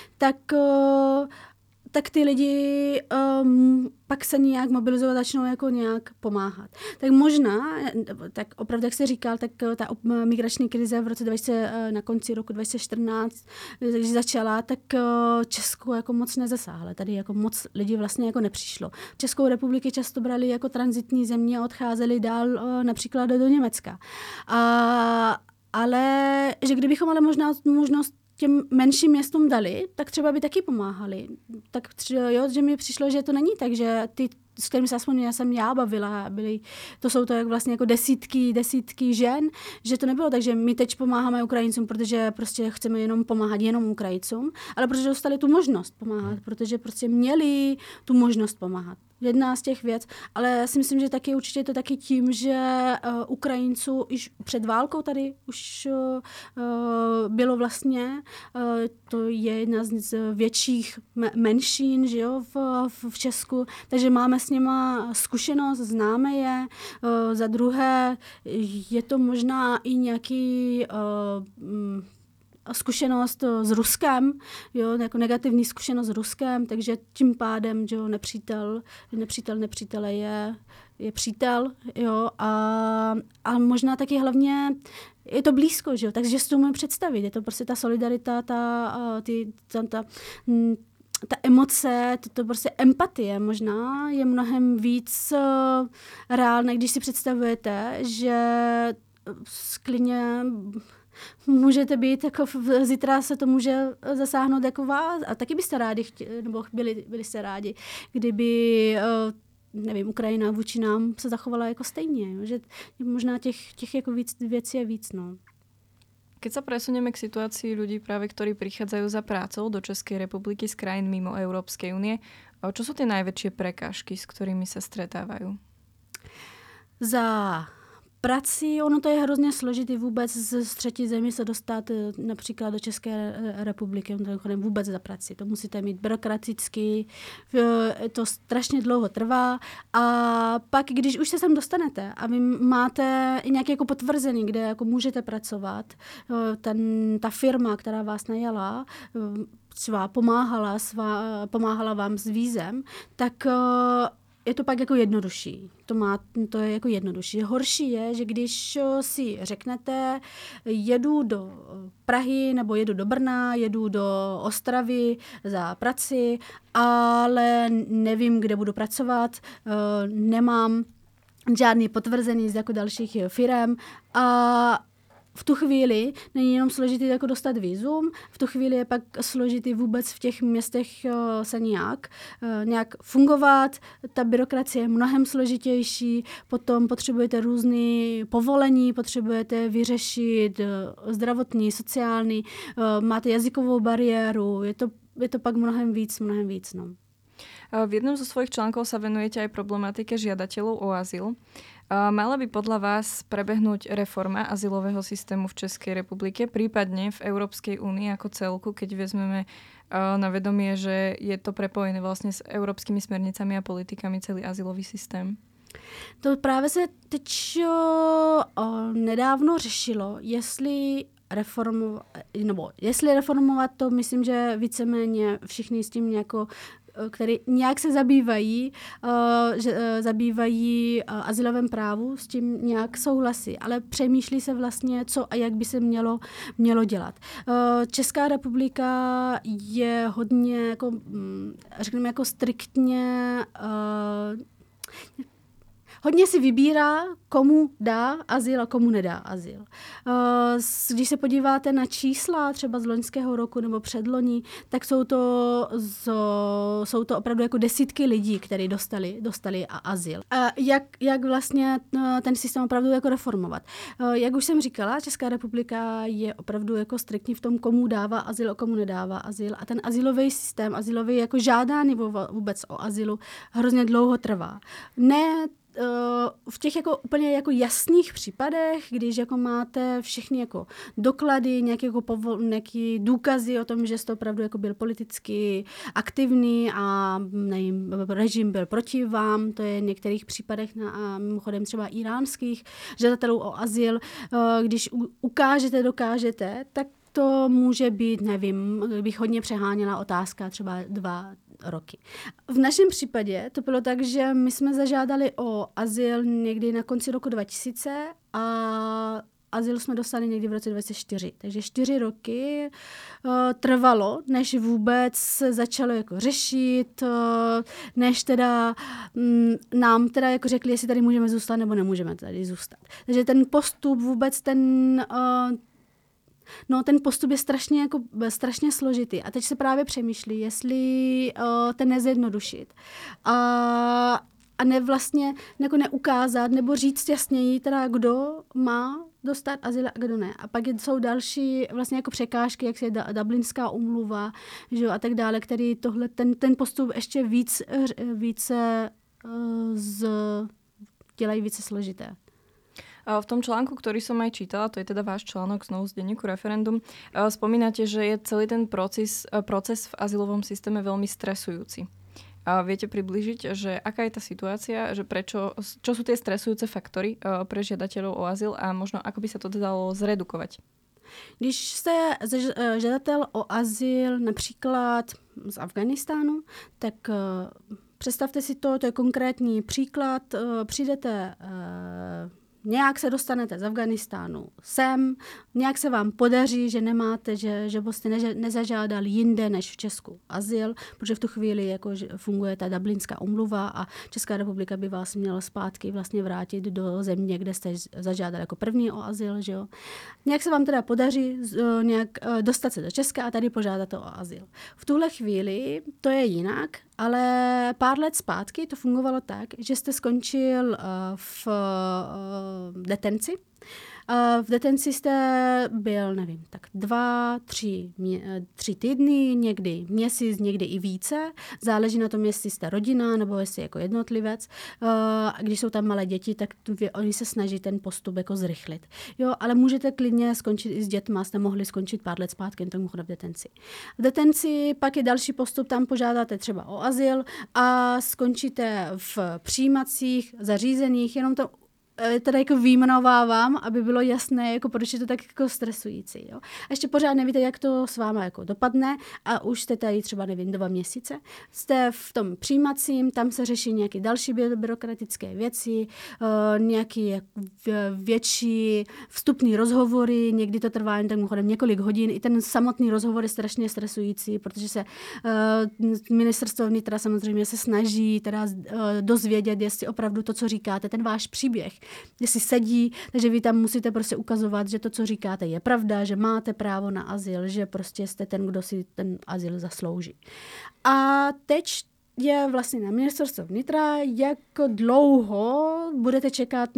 tak ty lidi pak se nějak mobilizovat, začnou jako nějak pomáhat. Tak možná, tak opravdu, jak jsi říkal, tak ta migrační krize v roce na konci roku 2014, když začala, tak Česko jako moc nezasáhla. Tady jako moc lidí vlastně jako nepřišlo. Českou republiky často brali jako tranzitní země a odcházeli dál například do Německa. Ale že kdybychom ale možnost těm menším městům dali, tak třeba by taky pomáhali. Tak že mi přišlo, že to není tak, že ty, s kterými se aspoň jsem já bavila, to jsou to jak vlastně jako desítky žen, že to nebylo tak, že my teď pomáháme Ukrajincům, protože prostě chceme jenom pomáhat jenom Ukrajincům, ale protože dostali tu možnost pomáhat, protože prostě měli tu možnost pomáhat. Jedna z těch věc, ale já si myslím, že taky určitě je to taky tím, že Ukrajinců již před válkou tady už bylo vlastně, to je jedna z větších menšin, že jo, v Česku, takže máme s nima zkušenost, známe je. Za druhé je to možná i nějaký zkušenost s Ruskem, jo, jako negativní zkušenost s Ruskem, takže tím pádem, že jo, nepřítele je přítel, jo, a možná taky hlavně je to blízko, že jo, takže si to můžeme představit, je to prostě ta solidarita, ta emoce, to prostě empatie možná je mnohem víc reálné, když si představujete, že sklidně můžete být, jako zítra se to může zasáhnout jako vás a taky byste rádi nebo byli jste rádi, kdyby nevím, Ukrajina vůči nám se zachovala jako stejně, že možná těch jako víc věcí je víc, no. Keď sa presunieme k situácii ľudí práve, ktorí prichádzajú za prácou do Českej republiky z krajín mimo Európskej únie, čo sú tie najväčšie prekážky, s ktorými sa stretávajú? Za prací, ono to je hrozně složitý vůbec z třetí zemi se dostat například do České republiky, vůbec za prací. To musíte mít byrokraticky, to strašně dlouho trvá a pak, když už se sem dostanete a vy máte i nějaké jako potvrzení, kde jako můžete pracovat, ta firma, která vás najala, třeba pomáhala vám s vízem, tak je to pak jako jednodušší. To je jako jednodušší. Horší je, že když si řeknete, jedu do Prahy nebo jedu do Brna, jedu do Ostravy za prací, ale nevím, kde budu pracovat, nemám žádný potvrzení z jako dalších firem a v tu chvíli není jenom složitý jako dostat vízum, v tu chvíli je pak složitý vůbec v těch městech se nějak fungovat, ta byrokracie je mnohem složitější, potom potřebujete různé povolení, potřebujete vyřešit zdravotní, sociální, máte jazykovou bariéru, je to pak mnohem víc, no. V jednom zo svojich článkov sa venujete aj problematike žiadateľov o azyl. Mala by podľa vás prebehnúť reforma azylového systému v Českej republike, prípadne v Európskej únii ako celku, keď vezmeme na vedomie, že je to prepojené vlastne s európskymi smernicami a politikami celý azylový systém? To právě se teď nedávno řešilo, jestli reformovat to, myslím, že víceméně všichni s tím který nějak se zabývají azylovém právu, s tím nějak souhlasí, ale přemýšlí se vlastně, co a jak by se mělo dělat. Česká republika je hodně, řekněme, striktně hodně si vybírá, komu dá azyl a komu nedá azyl. Když se podíváte na čísla třeba z loňského roku nebo předloni, tak jsou to opravdu jako desítky lidí, kteří dostali azyl. A jak vlastně ten systém opravdu jako reformovat? Jak už jsem říkala, Česká republika je opravdu jako striktní v tom, komu dává azyl a komu nedává azyl. A ten azylový systém, azylový jako žádání vůbec o azylu hrozně dlouho trvá. Ne v těch jako úplně jako jasných případech, když jako máte všechny jako doklady, nějaký důkazy o tom, že jste opravdu jako byl politicky aktivní a nevím, režim byl proti vám, to je v některých případech a mimochodem třeba iránských žadatelů o azyl, když dokážete, tak to může být, nevím, bych hodně přeháněla otázka třeba 2 roky. V našem případě to bylo tak, že my jsme zažádali o azyl někdy na konci roku 2000 a azyl jsme dostali někdy v roce 2004. Takže 4 roky trvalo, než vůbec se začalo jako řešit, než teda nám teda jako řekli, jestli tady můžeme zůstat nebo nemůžeme tady zůstat. Takže ten postup vůbec ten postup je strašně složitý. A teď se právě přemýšlí, jestli ten nezjednodušit. A ne vlastně jako neukázat, nebo říct jasněji, teda kdo má dostat azyl a kdo ne. A pak jsou další vlastně jako překážky, jak se je Dublinská úmluva, že, a tak dále, který ten postup ještě více dělají více složité. V tom článku, ktorý som aj čítala, to je teda váš článok znovu z denníku Referendum, spomínate, že je celý ten proces v azylovom systéme veľmi stresujúci. Viete približiť, že aká je tá situácia, že čo sú tie stresujúce faktory pre žiadateľov o azyl a možno ako by sa to dalo zredukovať? Když jste žadatel o azyl například z Afghánistánu, tak představte si to je konkrétní příklad, přijdete nějak se dostanete z Afghánistánu sem, nějak se vám podaří, že nemáte, že jste nezažádali jinde než v Česku azyl, protože v tu chvíli jako funguje ta Dublinská úmluva a Česká republika by vás měla zpátky vlastně vrátit do země, kde jste zažádali jako první o azyl, že jo. Nějak se vám teda podaří nějak dostat se do Česka a tady požádat o azyl. V tuhle chvíli to je jinak, ale pár let zpátky to fungovalo tak, že jste skončil v detenci. V detenci jste byl, nevím, tak 2-3 týdny, někdy měsíc, někdy i více. Záleží na tom, jestli jste rodina nebo jestli jako jednotlivec. A když jsou tam malé děti, tak oni se snaží ten postup jako zrychlit. Jo, ale můžete klidně skončit i s dětma, jste mohli skončit pár let zpátky, tomu chodit v detenci. V detenci pak je další postup, tam požádáte třeba o azyl a skončíte v přijímacích zařízeních, jenom to teda jako vyjmenovávám, aby bylo jasné, jako proč je to tak jako stresující. Jo? A ještě pořád nevíte, jak to s váma jako dopadne a už jste tady třeba, nevím, 2 měsíce. Jste v tom přijímacím, tam se řeší nějaké další byrokratické věci, nějaké větší vstupní rozhovory, někdy to trvá jen tak mimochodem několik hodin. I ten samotný rozhovor je strašně stresující, protože se ministerstvo vnitra samozřejmě se snaží teda dozvědět, jestli opravdu to, co říkáte, ten váš příběh, jestli sedí, takže vy tam musíte prostě ukazovat, že to, co říkáte, je pravda, že máte právo na azyl, že prostě jste ten, kdo si ten azyl zaslouží. A teď je vlastně na ministerstvo vnitra, jak dlouho budete čekat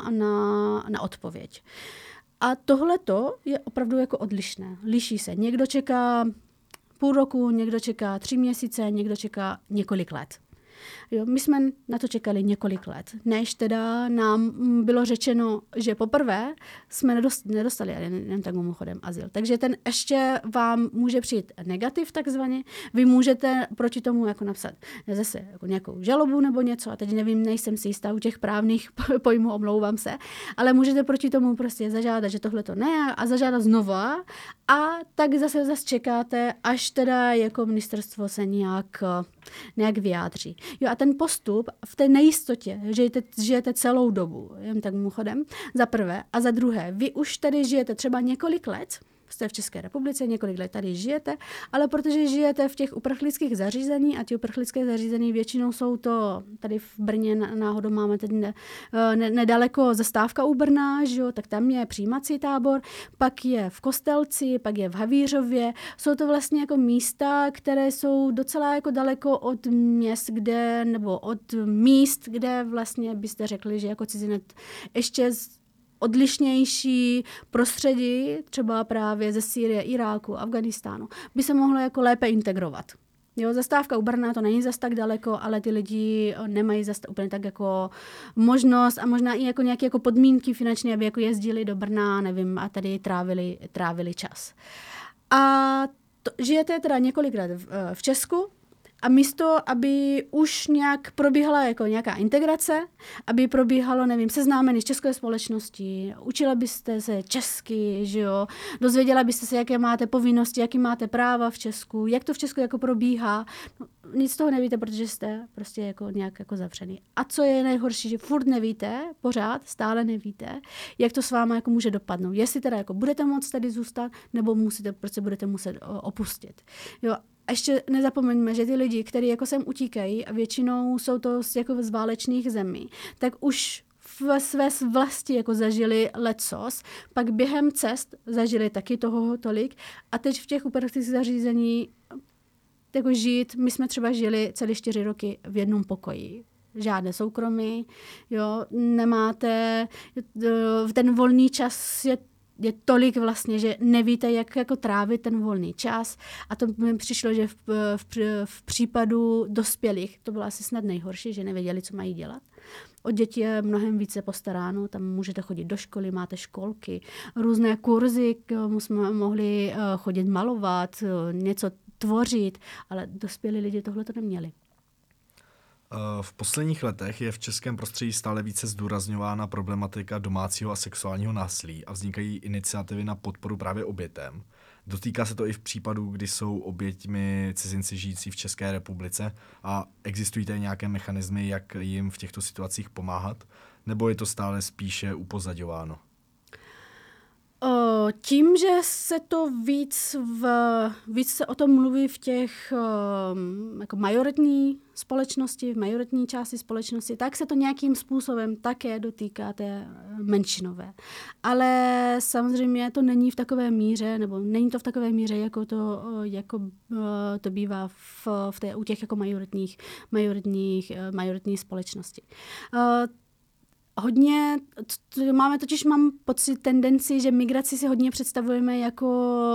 na odpověď. A tohleto je opravdu jako odlišné. Liší se. Někdo čeká půl roku, někdo čeká 3 měsíce, někdo čeká několik let. Jo, my jsme na to čekali několik let, než teda nám bylo řečeno, že poprvé jsme nedostali jen tak mimochodem azyl. Takže ten ještě vám může přijít negativ takzvaně. Vy můžete proti tomu jako napsat zase jako nějakou žalobu nebo něco, a teď nevím, nejsem si jistá u těch právních pojmů, omlouvám se, ale můžete proti tomu prostě zažádat, že tohle to ne, a zažádat znova a tak zase čekáte, až teda jako ministerstvo se nějak vyjádří. Jo, a ten postup v té nejistotě, že žijete celou dobu, jen tak mimochodem, za prvé. A za druhé, vy už tady žijete třeba několik let, jste v České republice, několik let tady žijete, ale protože žijete v těch uprchlických zařízení a ty uprchlické zařízení většinou jsou to, tady v Brně náhodou máme teď nedaleko zastávka u Brna, že jo, tak tam je přijímací tábor, pak je v Kostelci, pak je v Havířově. Jsou to vlastně jako místa, které jsou docela jako daleko od měst, nebo od míst, kde vlastně byste řekli, že jako cizinec ještě odlišnější prostředí, třeba právě ze Sýrie, Iráku, Afghánistánu, by se mohlo jako lépe integrovat. Jo, zastávka u Brna to není zas tak daleko, ale ty lidi nemají zas úplně tak jako možnost a možná i jako nějaké jako podmínky finanční, aby jako jezdili do Brna, nevím, a tady trávili čas. A žijete teda několikrát v Česku, a místo, aby už nějak probíhala jako nějaká integrace, aby probíhalo, nevím, seznámení s českou společností, učila byste se česky, že jo, dozvěděla byste se, jaké máte povinnosti, jaký máte práva v Česku, jak to v Česku jako probíhá. No, nic z toho nevíte, protože jste prostě jako nějak jako zavřený. A co je nejhorší, že furt nevíte, pořád, stále nevíte, jak to s váma jako může dopadnout. Jestli teda jako budete moct tady zůstat, nebo prostě budete muset opustit. Jo. A ještě nezapomeňme, že ty lidi, kteří jako sem utíkají a většinou jsou to jako z válečných zemí, tak už v své vlasti jako zažili lecos, pak během cest zažili taky toho tolik a teď v těch uprchlických zařízení jako žít, my jsme třeba žili celé 4 roky v jednom pokoji. Žádné soukromí, jo, nemáte, ten volný čas je tolik vlastně, že nevíte, jak jako trávit ten volný čas. A to mi přišlo, že v případu dospělých to bylo asi snad nejhorší, že nevěděli, co mají dělat. O děti je mnohem více postaráno, tam můžete chodit do školy, máte školky, různé kurzy, jsme mohli chodit malovat, něco tvořit, ale dospělí lidi tohle to neměli. V posledních letech je v českém prostředí stále více zdůrazňována problematika domácího a sexuálního násilí a vznikají iniciativy na podporu právě obětem. Dotýká se to i v případu, kdy jsou oběťmi cizinci žijící v České republice a existují tady nějaké mechanismy, jak jim v těchto situacích pomáhat, nebo je to stále spíše upozaďováno? Tím, že se to víc se o tom mluví v těch jako majoritní společnosti, v majoritní části společnosti, tak se to nějakým způsobem také dotýká té menšinové. Ale samozřejmě to není v takové míře, nebo není to v takové míře, jako to bývá u těch jako majoritní společnosti. Mám pocit tendenci, že migraci si hodně představujeme jako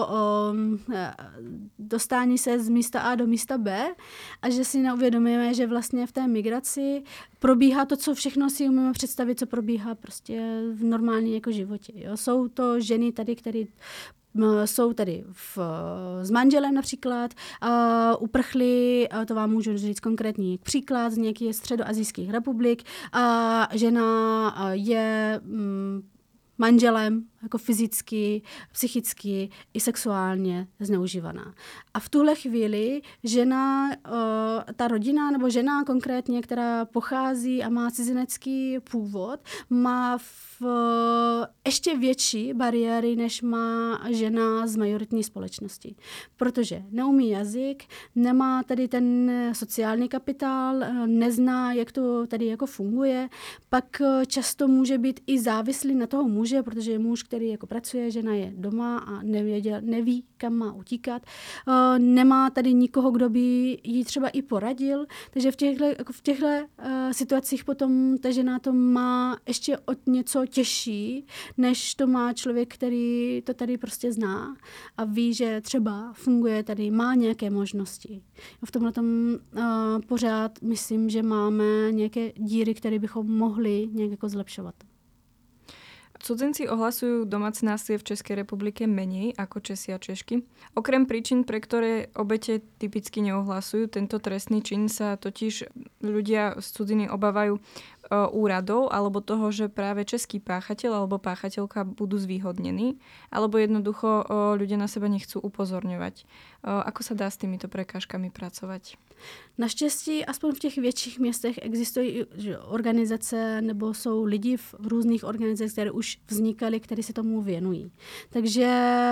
dostání se z místa A do místa B a že si neuvědomujeme, že vlastně v té migraci probíhá to, co všechno si umíme představit, co probíhá prostě v normálním jako životě. Jo? Jsou to ženy tady, které jsou tady s manželem například, uprchli, to vám můžu říct konkrétní příklad z nějakých středoasijských republik, a žena je manželem jako fyzicky, psychicky i sexuálně zneužívaná. A v tuhle chvíli žena, ta rodina nebo žena konkrétně, která pochází a má cizinecký původ, má ještě větší bariéry, než má žena z majoritní společnosti. Protože neumí jazyk, nemá tady ten sociální kapitál, nezná, jak to tady jako funguje, pak často může být i závislý na toho muže, protože je muž, který jako pracuje, žena je doma a neví, kam má utíkat. Nemá tady nikoho, kdo by jí třeba i poradil, takže v těchto situacích potom ta žena to má ještě od něco těžší, než to má člověk, který to tady prostě zná a ví, že třeba funguje tady, má nějaké možnosti. V tomhletom pořád myslím, že máme nějaké díry, které bychom mohli nějak jako zlepšovat. Cudzinci ohlasujú domáce násilie v Českej republike menej ako Česi a Češky. Okrem príčin, pre ktoré obete typicky neohlasujú tento trestný čin, sa totiž ľudia z cudziny obávajú úradov alebo toho, že práve český páchateľ alebo páchateľka budú zvýhodnení, alebo jednoducho ľudia na seba nechcú upozorňovať. Ako sa dá s týmito prekážkami pracovať? Naštěstí, aspoň v těch větších městech existují organizace nebo jsou lidi v různých organizacích, které už vznikaly, které se tomu věnují. Takže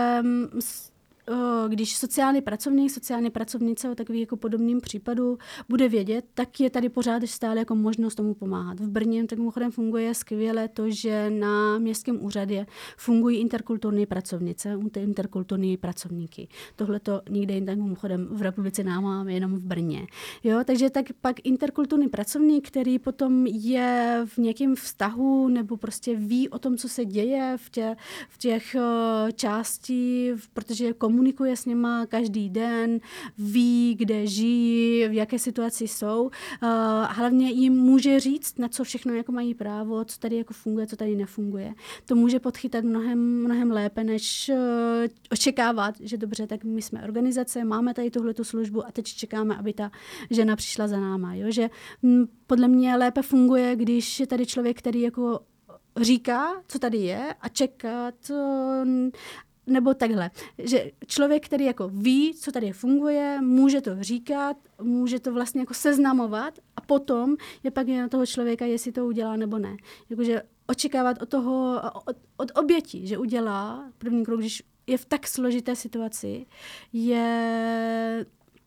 když sociální pracovnice o takových jako podobným případu bude vědět, tak je tady pořád stále jako možnost tomu pomáhat. V Brně tak mimochodem funguje skvěle to, že na městském úřadě fungují interkulturní pracovnice, interkulturní pracovníky. Tohle to nikde jinde mimochodem v republice máme jenom v Brně. Jo, takže tak pak interkulturní pracovník, který potom je v nějakém vztahu nebo prostě ví o tom, co se děje v těch částí, protože je komunikuje s nima každý den, ví, kde žijí, v jaké situaci jsou. Hlavně jim může říct, na co všechno jako mají právo, co tady jako funguje, co tady nefunguje. To může podchytat mnohem lépe, než očekávat, že dobře, tak my jsme organizace, máme tady tuhletu službu a teď čekáme, aby ta žena přišla za náma. Jo? Že podle mě lépe funguje, když je tady člověk, který jako říká, co tady je a čeká, nebo takhle, že člověk, který jako ví, co tady funguje, může to říkat, může to vlastně jako seznamovat a potom je pak na toho člověka, jestli to udělá nebo ne. Jakože očekávat od oběti, že udělá první krok, když je v tak složité situaci, je...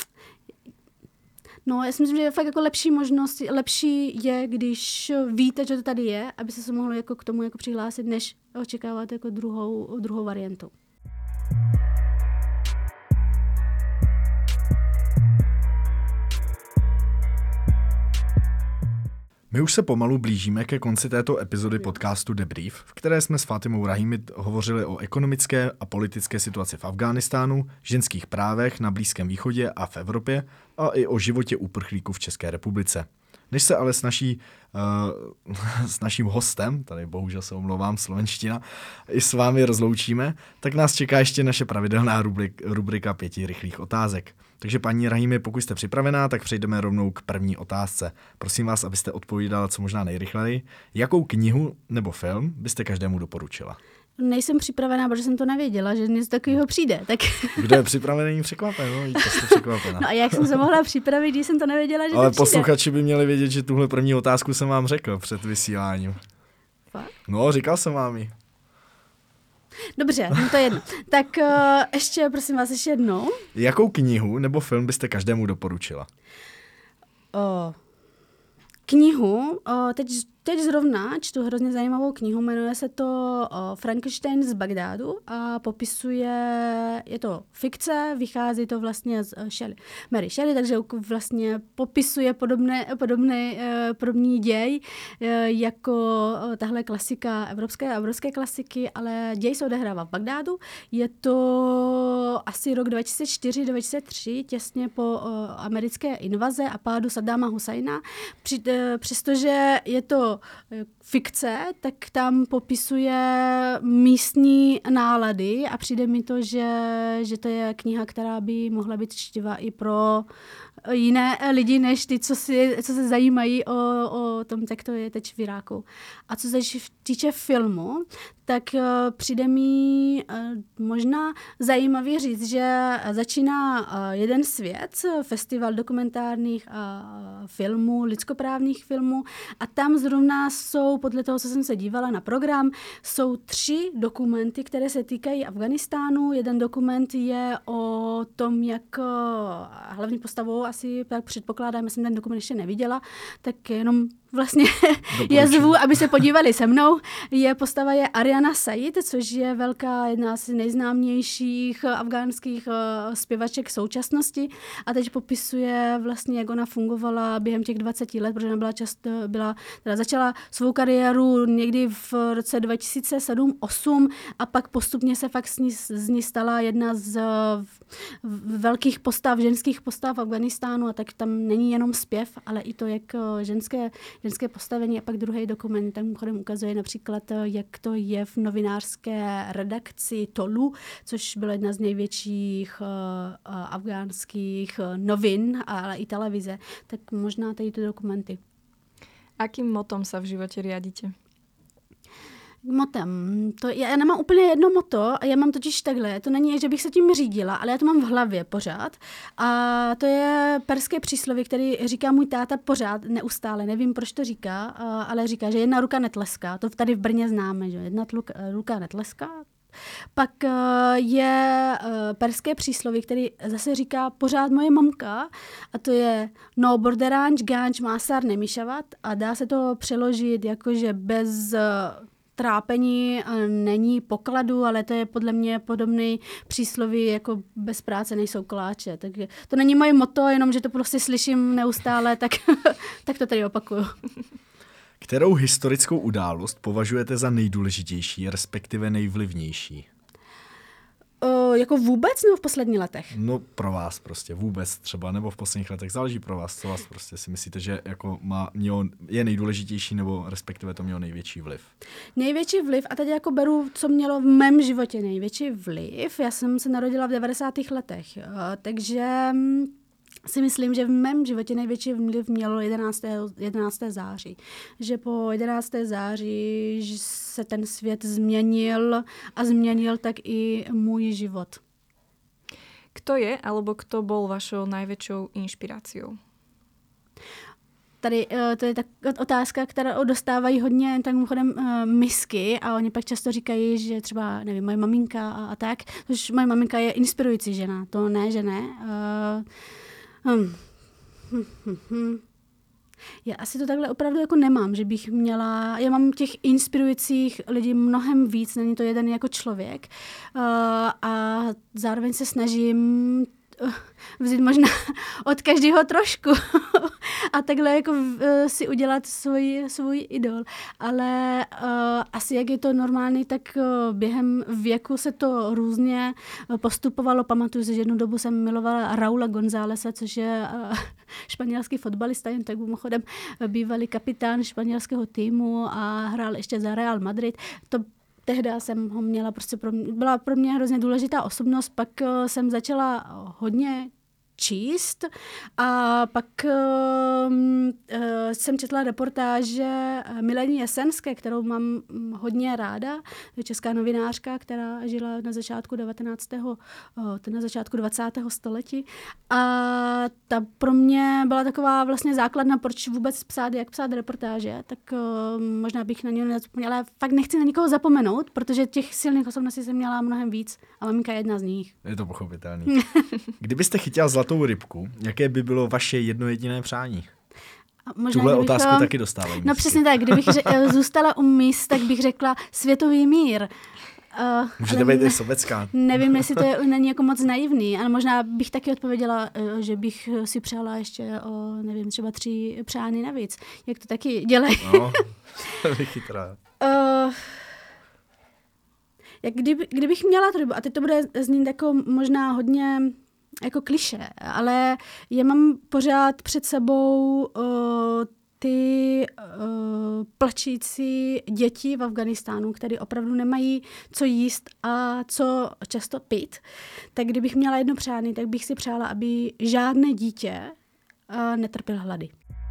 No, já si myslím, že je fakt jako lepší je, když víte, že to tady je, aby se mohlo jako k tomu jako přihlásit, než očekávat jako druhou variantu. My už se pomalu blížíme ke konci této epizody podcastu Debrief, v které jsme s Fatimou Rahimi hovořili o ekonomické a politické situaci v Afghánistánu, ženských právech na Blízkém východě a v Evropě a i o životě uprchlíků v České republice. Než se ale s naším hostem, tady bohužel se omlouvám, slovenština, i s vámi rozloučíme, tak nás čeká ještě naše pravidelná rubrika 5 rychlých otázek. Takže paní Rahimi, pokud jste připravená, tak přejdeme rovnou k první otázce. Prosím vás, abyste odpovídala co možná nejrychleji. Jakou knihu nebo film byste každému doporučila? Nejsem připravená, protože jsem to nevěděla, že něco takového přijde. Tak... Kdo je připravený, překvapen, no, to jste překvapená. No a jak jsem se mohla připravit, když jsem to nevěděla, že ale to přijde? Posluchači by měli vědět, že tuhle první otázku jsem vám řekl před vysíláním. Fakt? No, říkal jsem vám ji. Dobře, no to je jedno. Tak ještě, prosím vás, ještě jednou. Jakou knihu nebo film byste každému doporučila? Knihu, teď zrovna čtu hrozně zajímavou knihu, jmenuje se to Frankenstein z Bagdádu a je to fikce, vychází to vlastně z Mary Shelley, takže vlastně popisuje podobný děj jako tahle klasika evropské klasiky, ale děj se odehrává v Bagdádu. Je to asi rok 2004-2003, těsně po americké invaze a pádu Saddáma Husajna. Přestože je to fikce, tak tam popisuje místní nálady a přijde mi to, že to je kniha, která by mohla být čtivá i pro jiné lidi, než ty, co se zajímají o tom, jak to je teď v Iráku. A co se týče filmu, tak přijde mi možná zajímavě říct, že začíná Jeden svět, festival dokumentárních filmů, lidskoprávních filmů a tam zrovna jsou, podle toho, co jsem se dívala na program, jsou 3 dokumenty, které se týkají Afghánistánu. Jeden dokument je o tom, jak hlavní postavou, asi tak předpokládám, já jsem ten dokument ještě neviděla, tak jenom vlastně je zvu, aby se podívali se mnou. Postava je Ariana Said, což je jedna z nejznámějších afgánských zpěvaček současnosti a teď popisuje vlastně, jak ona fungovala během těch 20 let, protože ona začala svou kariéru někdy v roce 2007-2008 a pak postupně se fakt z ní stala jedna z velkých postav, ženských postav v Afghánistánu a tak tam není jenom zpěv, ale i to, jak ženské postavení a pak druhý dokument tam chodem ukazuje například, jak to je v novinářské redakci Tolu, což byla jedna z největších afgánských novin, ale i televize. Tak možná tady ty dokumenty. Akým motom sa v životě riadíte? Motem. Já nemám úplně jedno moto, já mám totiž takhle, to není, že bych se tím řídila, ale já to mám v hlavě pořád a to je perské přísloví, který říká můj táta pořád, neustále, nevím, proč to říká, ale říká, že jedna ruka netleská, to tady v Brně známe, že jedna ruka netleská. Pak je perské přísloví, který zase říká pořád moje mamka a to je no borderanč, ganč, másar nemíšavat a dá se to přeložit jakože bez trápení není pokladu, ale to je podle mě podobný přísloví, jako bez práce nejsou koláče. Takže to není moje motto, jenom že to prostě slyším neustále, tak to tady opakuju. Kterou historickou událost považujete za nejdůležitější, respektive nejvlivnější? jako vůbec nebo v posledních letech? No pro vás prostě vůbec třeba, nebo v posledních letech, záleží pro vás, co vás prostě si myslíte, že jako je nejdůležitější, nebo respektive to mělo největší vliv? Největší vliv, a teď jako beru, co mělo v mém životě největší vliv, já jsem se narodila v 90. letech, takže si myslím, že v mém životě největší vliv mělo 11. září. Že po 11. září se ten svět změnil a změnil tak i můj život. Kto je, alebo kto bol vašou najväčšou inšpiráciou? Tady to je tak otázka, kterou dostávají hodně tak mimochodem misky a oni pak často říkají, že třeba, nevím, moje maminka a tak, protože moje maminka je inspirující žena, to ne, že ne. Já asi to takhle opravdu jako nemám, že bych měla, já mám těch inspirujících lidí mnohem víc, není to jeden jako člověk a zároveň se snažím vzít možná od každého trošku a takhle jako si udělat svůj idol. Ale asi jak je to normální, tak během věku se to různě postupovalo. Pamatuju si, že jednu dobu jsem milovala Raula Gonzálese, což je španělský fotbalista, jen tak mimochodem bývalý kapitán španělského týmu a hrál ještě za Real Madrid. Tehdy jsem ho měla, prostě byla pro mě hrozně důležitá osobnost, pak jsem začala hodně číst a pak jsem četla reportáže Mileny Jesenské, kterou mám hodně ráda, česká novinářka, která žila na začátku 20. století a ta pro mě byla taková vlastně základna, proč vůbec psát, jak psát reportáže, tak možná bych na něj nezapomněla, ale fakt nechci na nikoho zapomenout, protože těch silných osobností jsem měla mnohem víc a maminka je jedna z nich. Je to pochopitelný. Kdybyste chytila zlatou rybku, jaké by bylo vaše jedno jediné přání? Tuhle otázku taky dostávají. No přesně tak, kdybych zůstala u mis, tak bych řekla světový mír. Můžete být i sobecká. Nevím, jestli to není jako moc naivný, ale možná bych taky odpověděla, že bych si přála ještě o, nevím, třeba 3 přání navíc. Jak to taky dělají. No, to bych chytrá. Kdybych měla to, a teď to bude znít jako možná hodně jako klišé, ale já mám pořád před sebou ty plačící děti v Afghánistánu, které opravdu nemají co jíst a co často pít. Tak kdybych měla jedno přání, tak bych si přála, aby žádné dítě netrpělo hlady.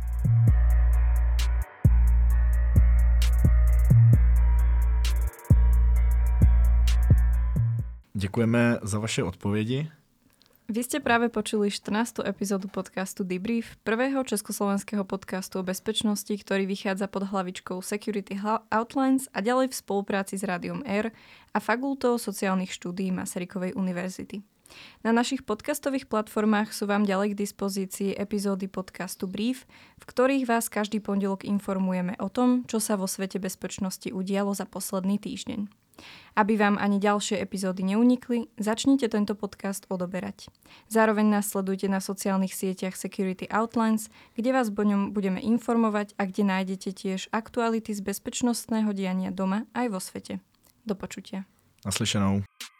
Děkujeme za vaše odpovědi. Vy ste práve počuli 14. epizódu podcastu Debrief, prvého československého podcastu o bezpečnosti, ktorý vychádza pod hlavičkou Security Outlines a ďalej v spolupráci s Rádiom R a Fakultou sociálnych štúdií Masarykovej univerzity. Na našich podcastových platformách sú vám ďalej k dispozícii epizódy podcastu Brief, v ktorých vás každý pondelok informujeme o tom, čo sa vo svete bezpečnosti udialo za posledný týždeň. Aby vám ani ďalšie epizódy neunikli, začnite tento podcast odoberať. Zároveň nás sledujte na sociálnych sieťach Security Outlines, kde vás o ňom budeme informovať a kde nájdete tiež aktuality z bezpečnostného diania doma aj vo svete. Do počutia. Naslyšenou.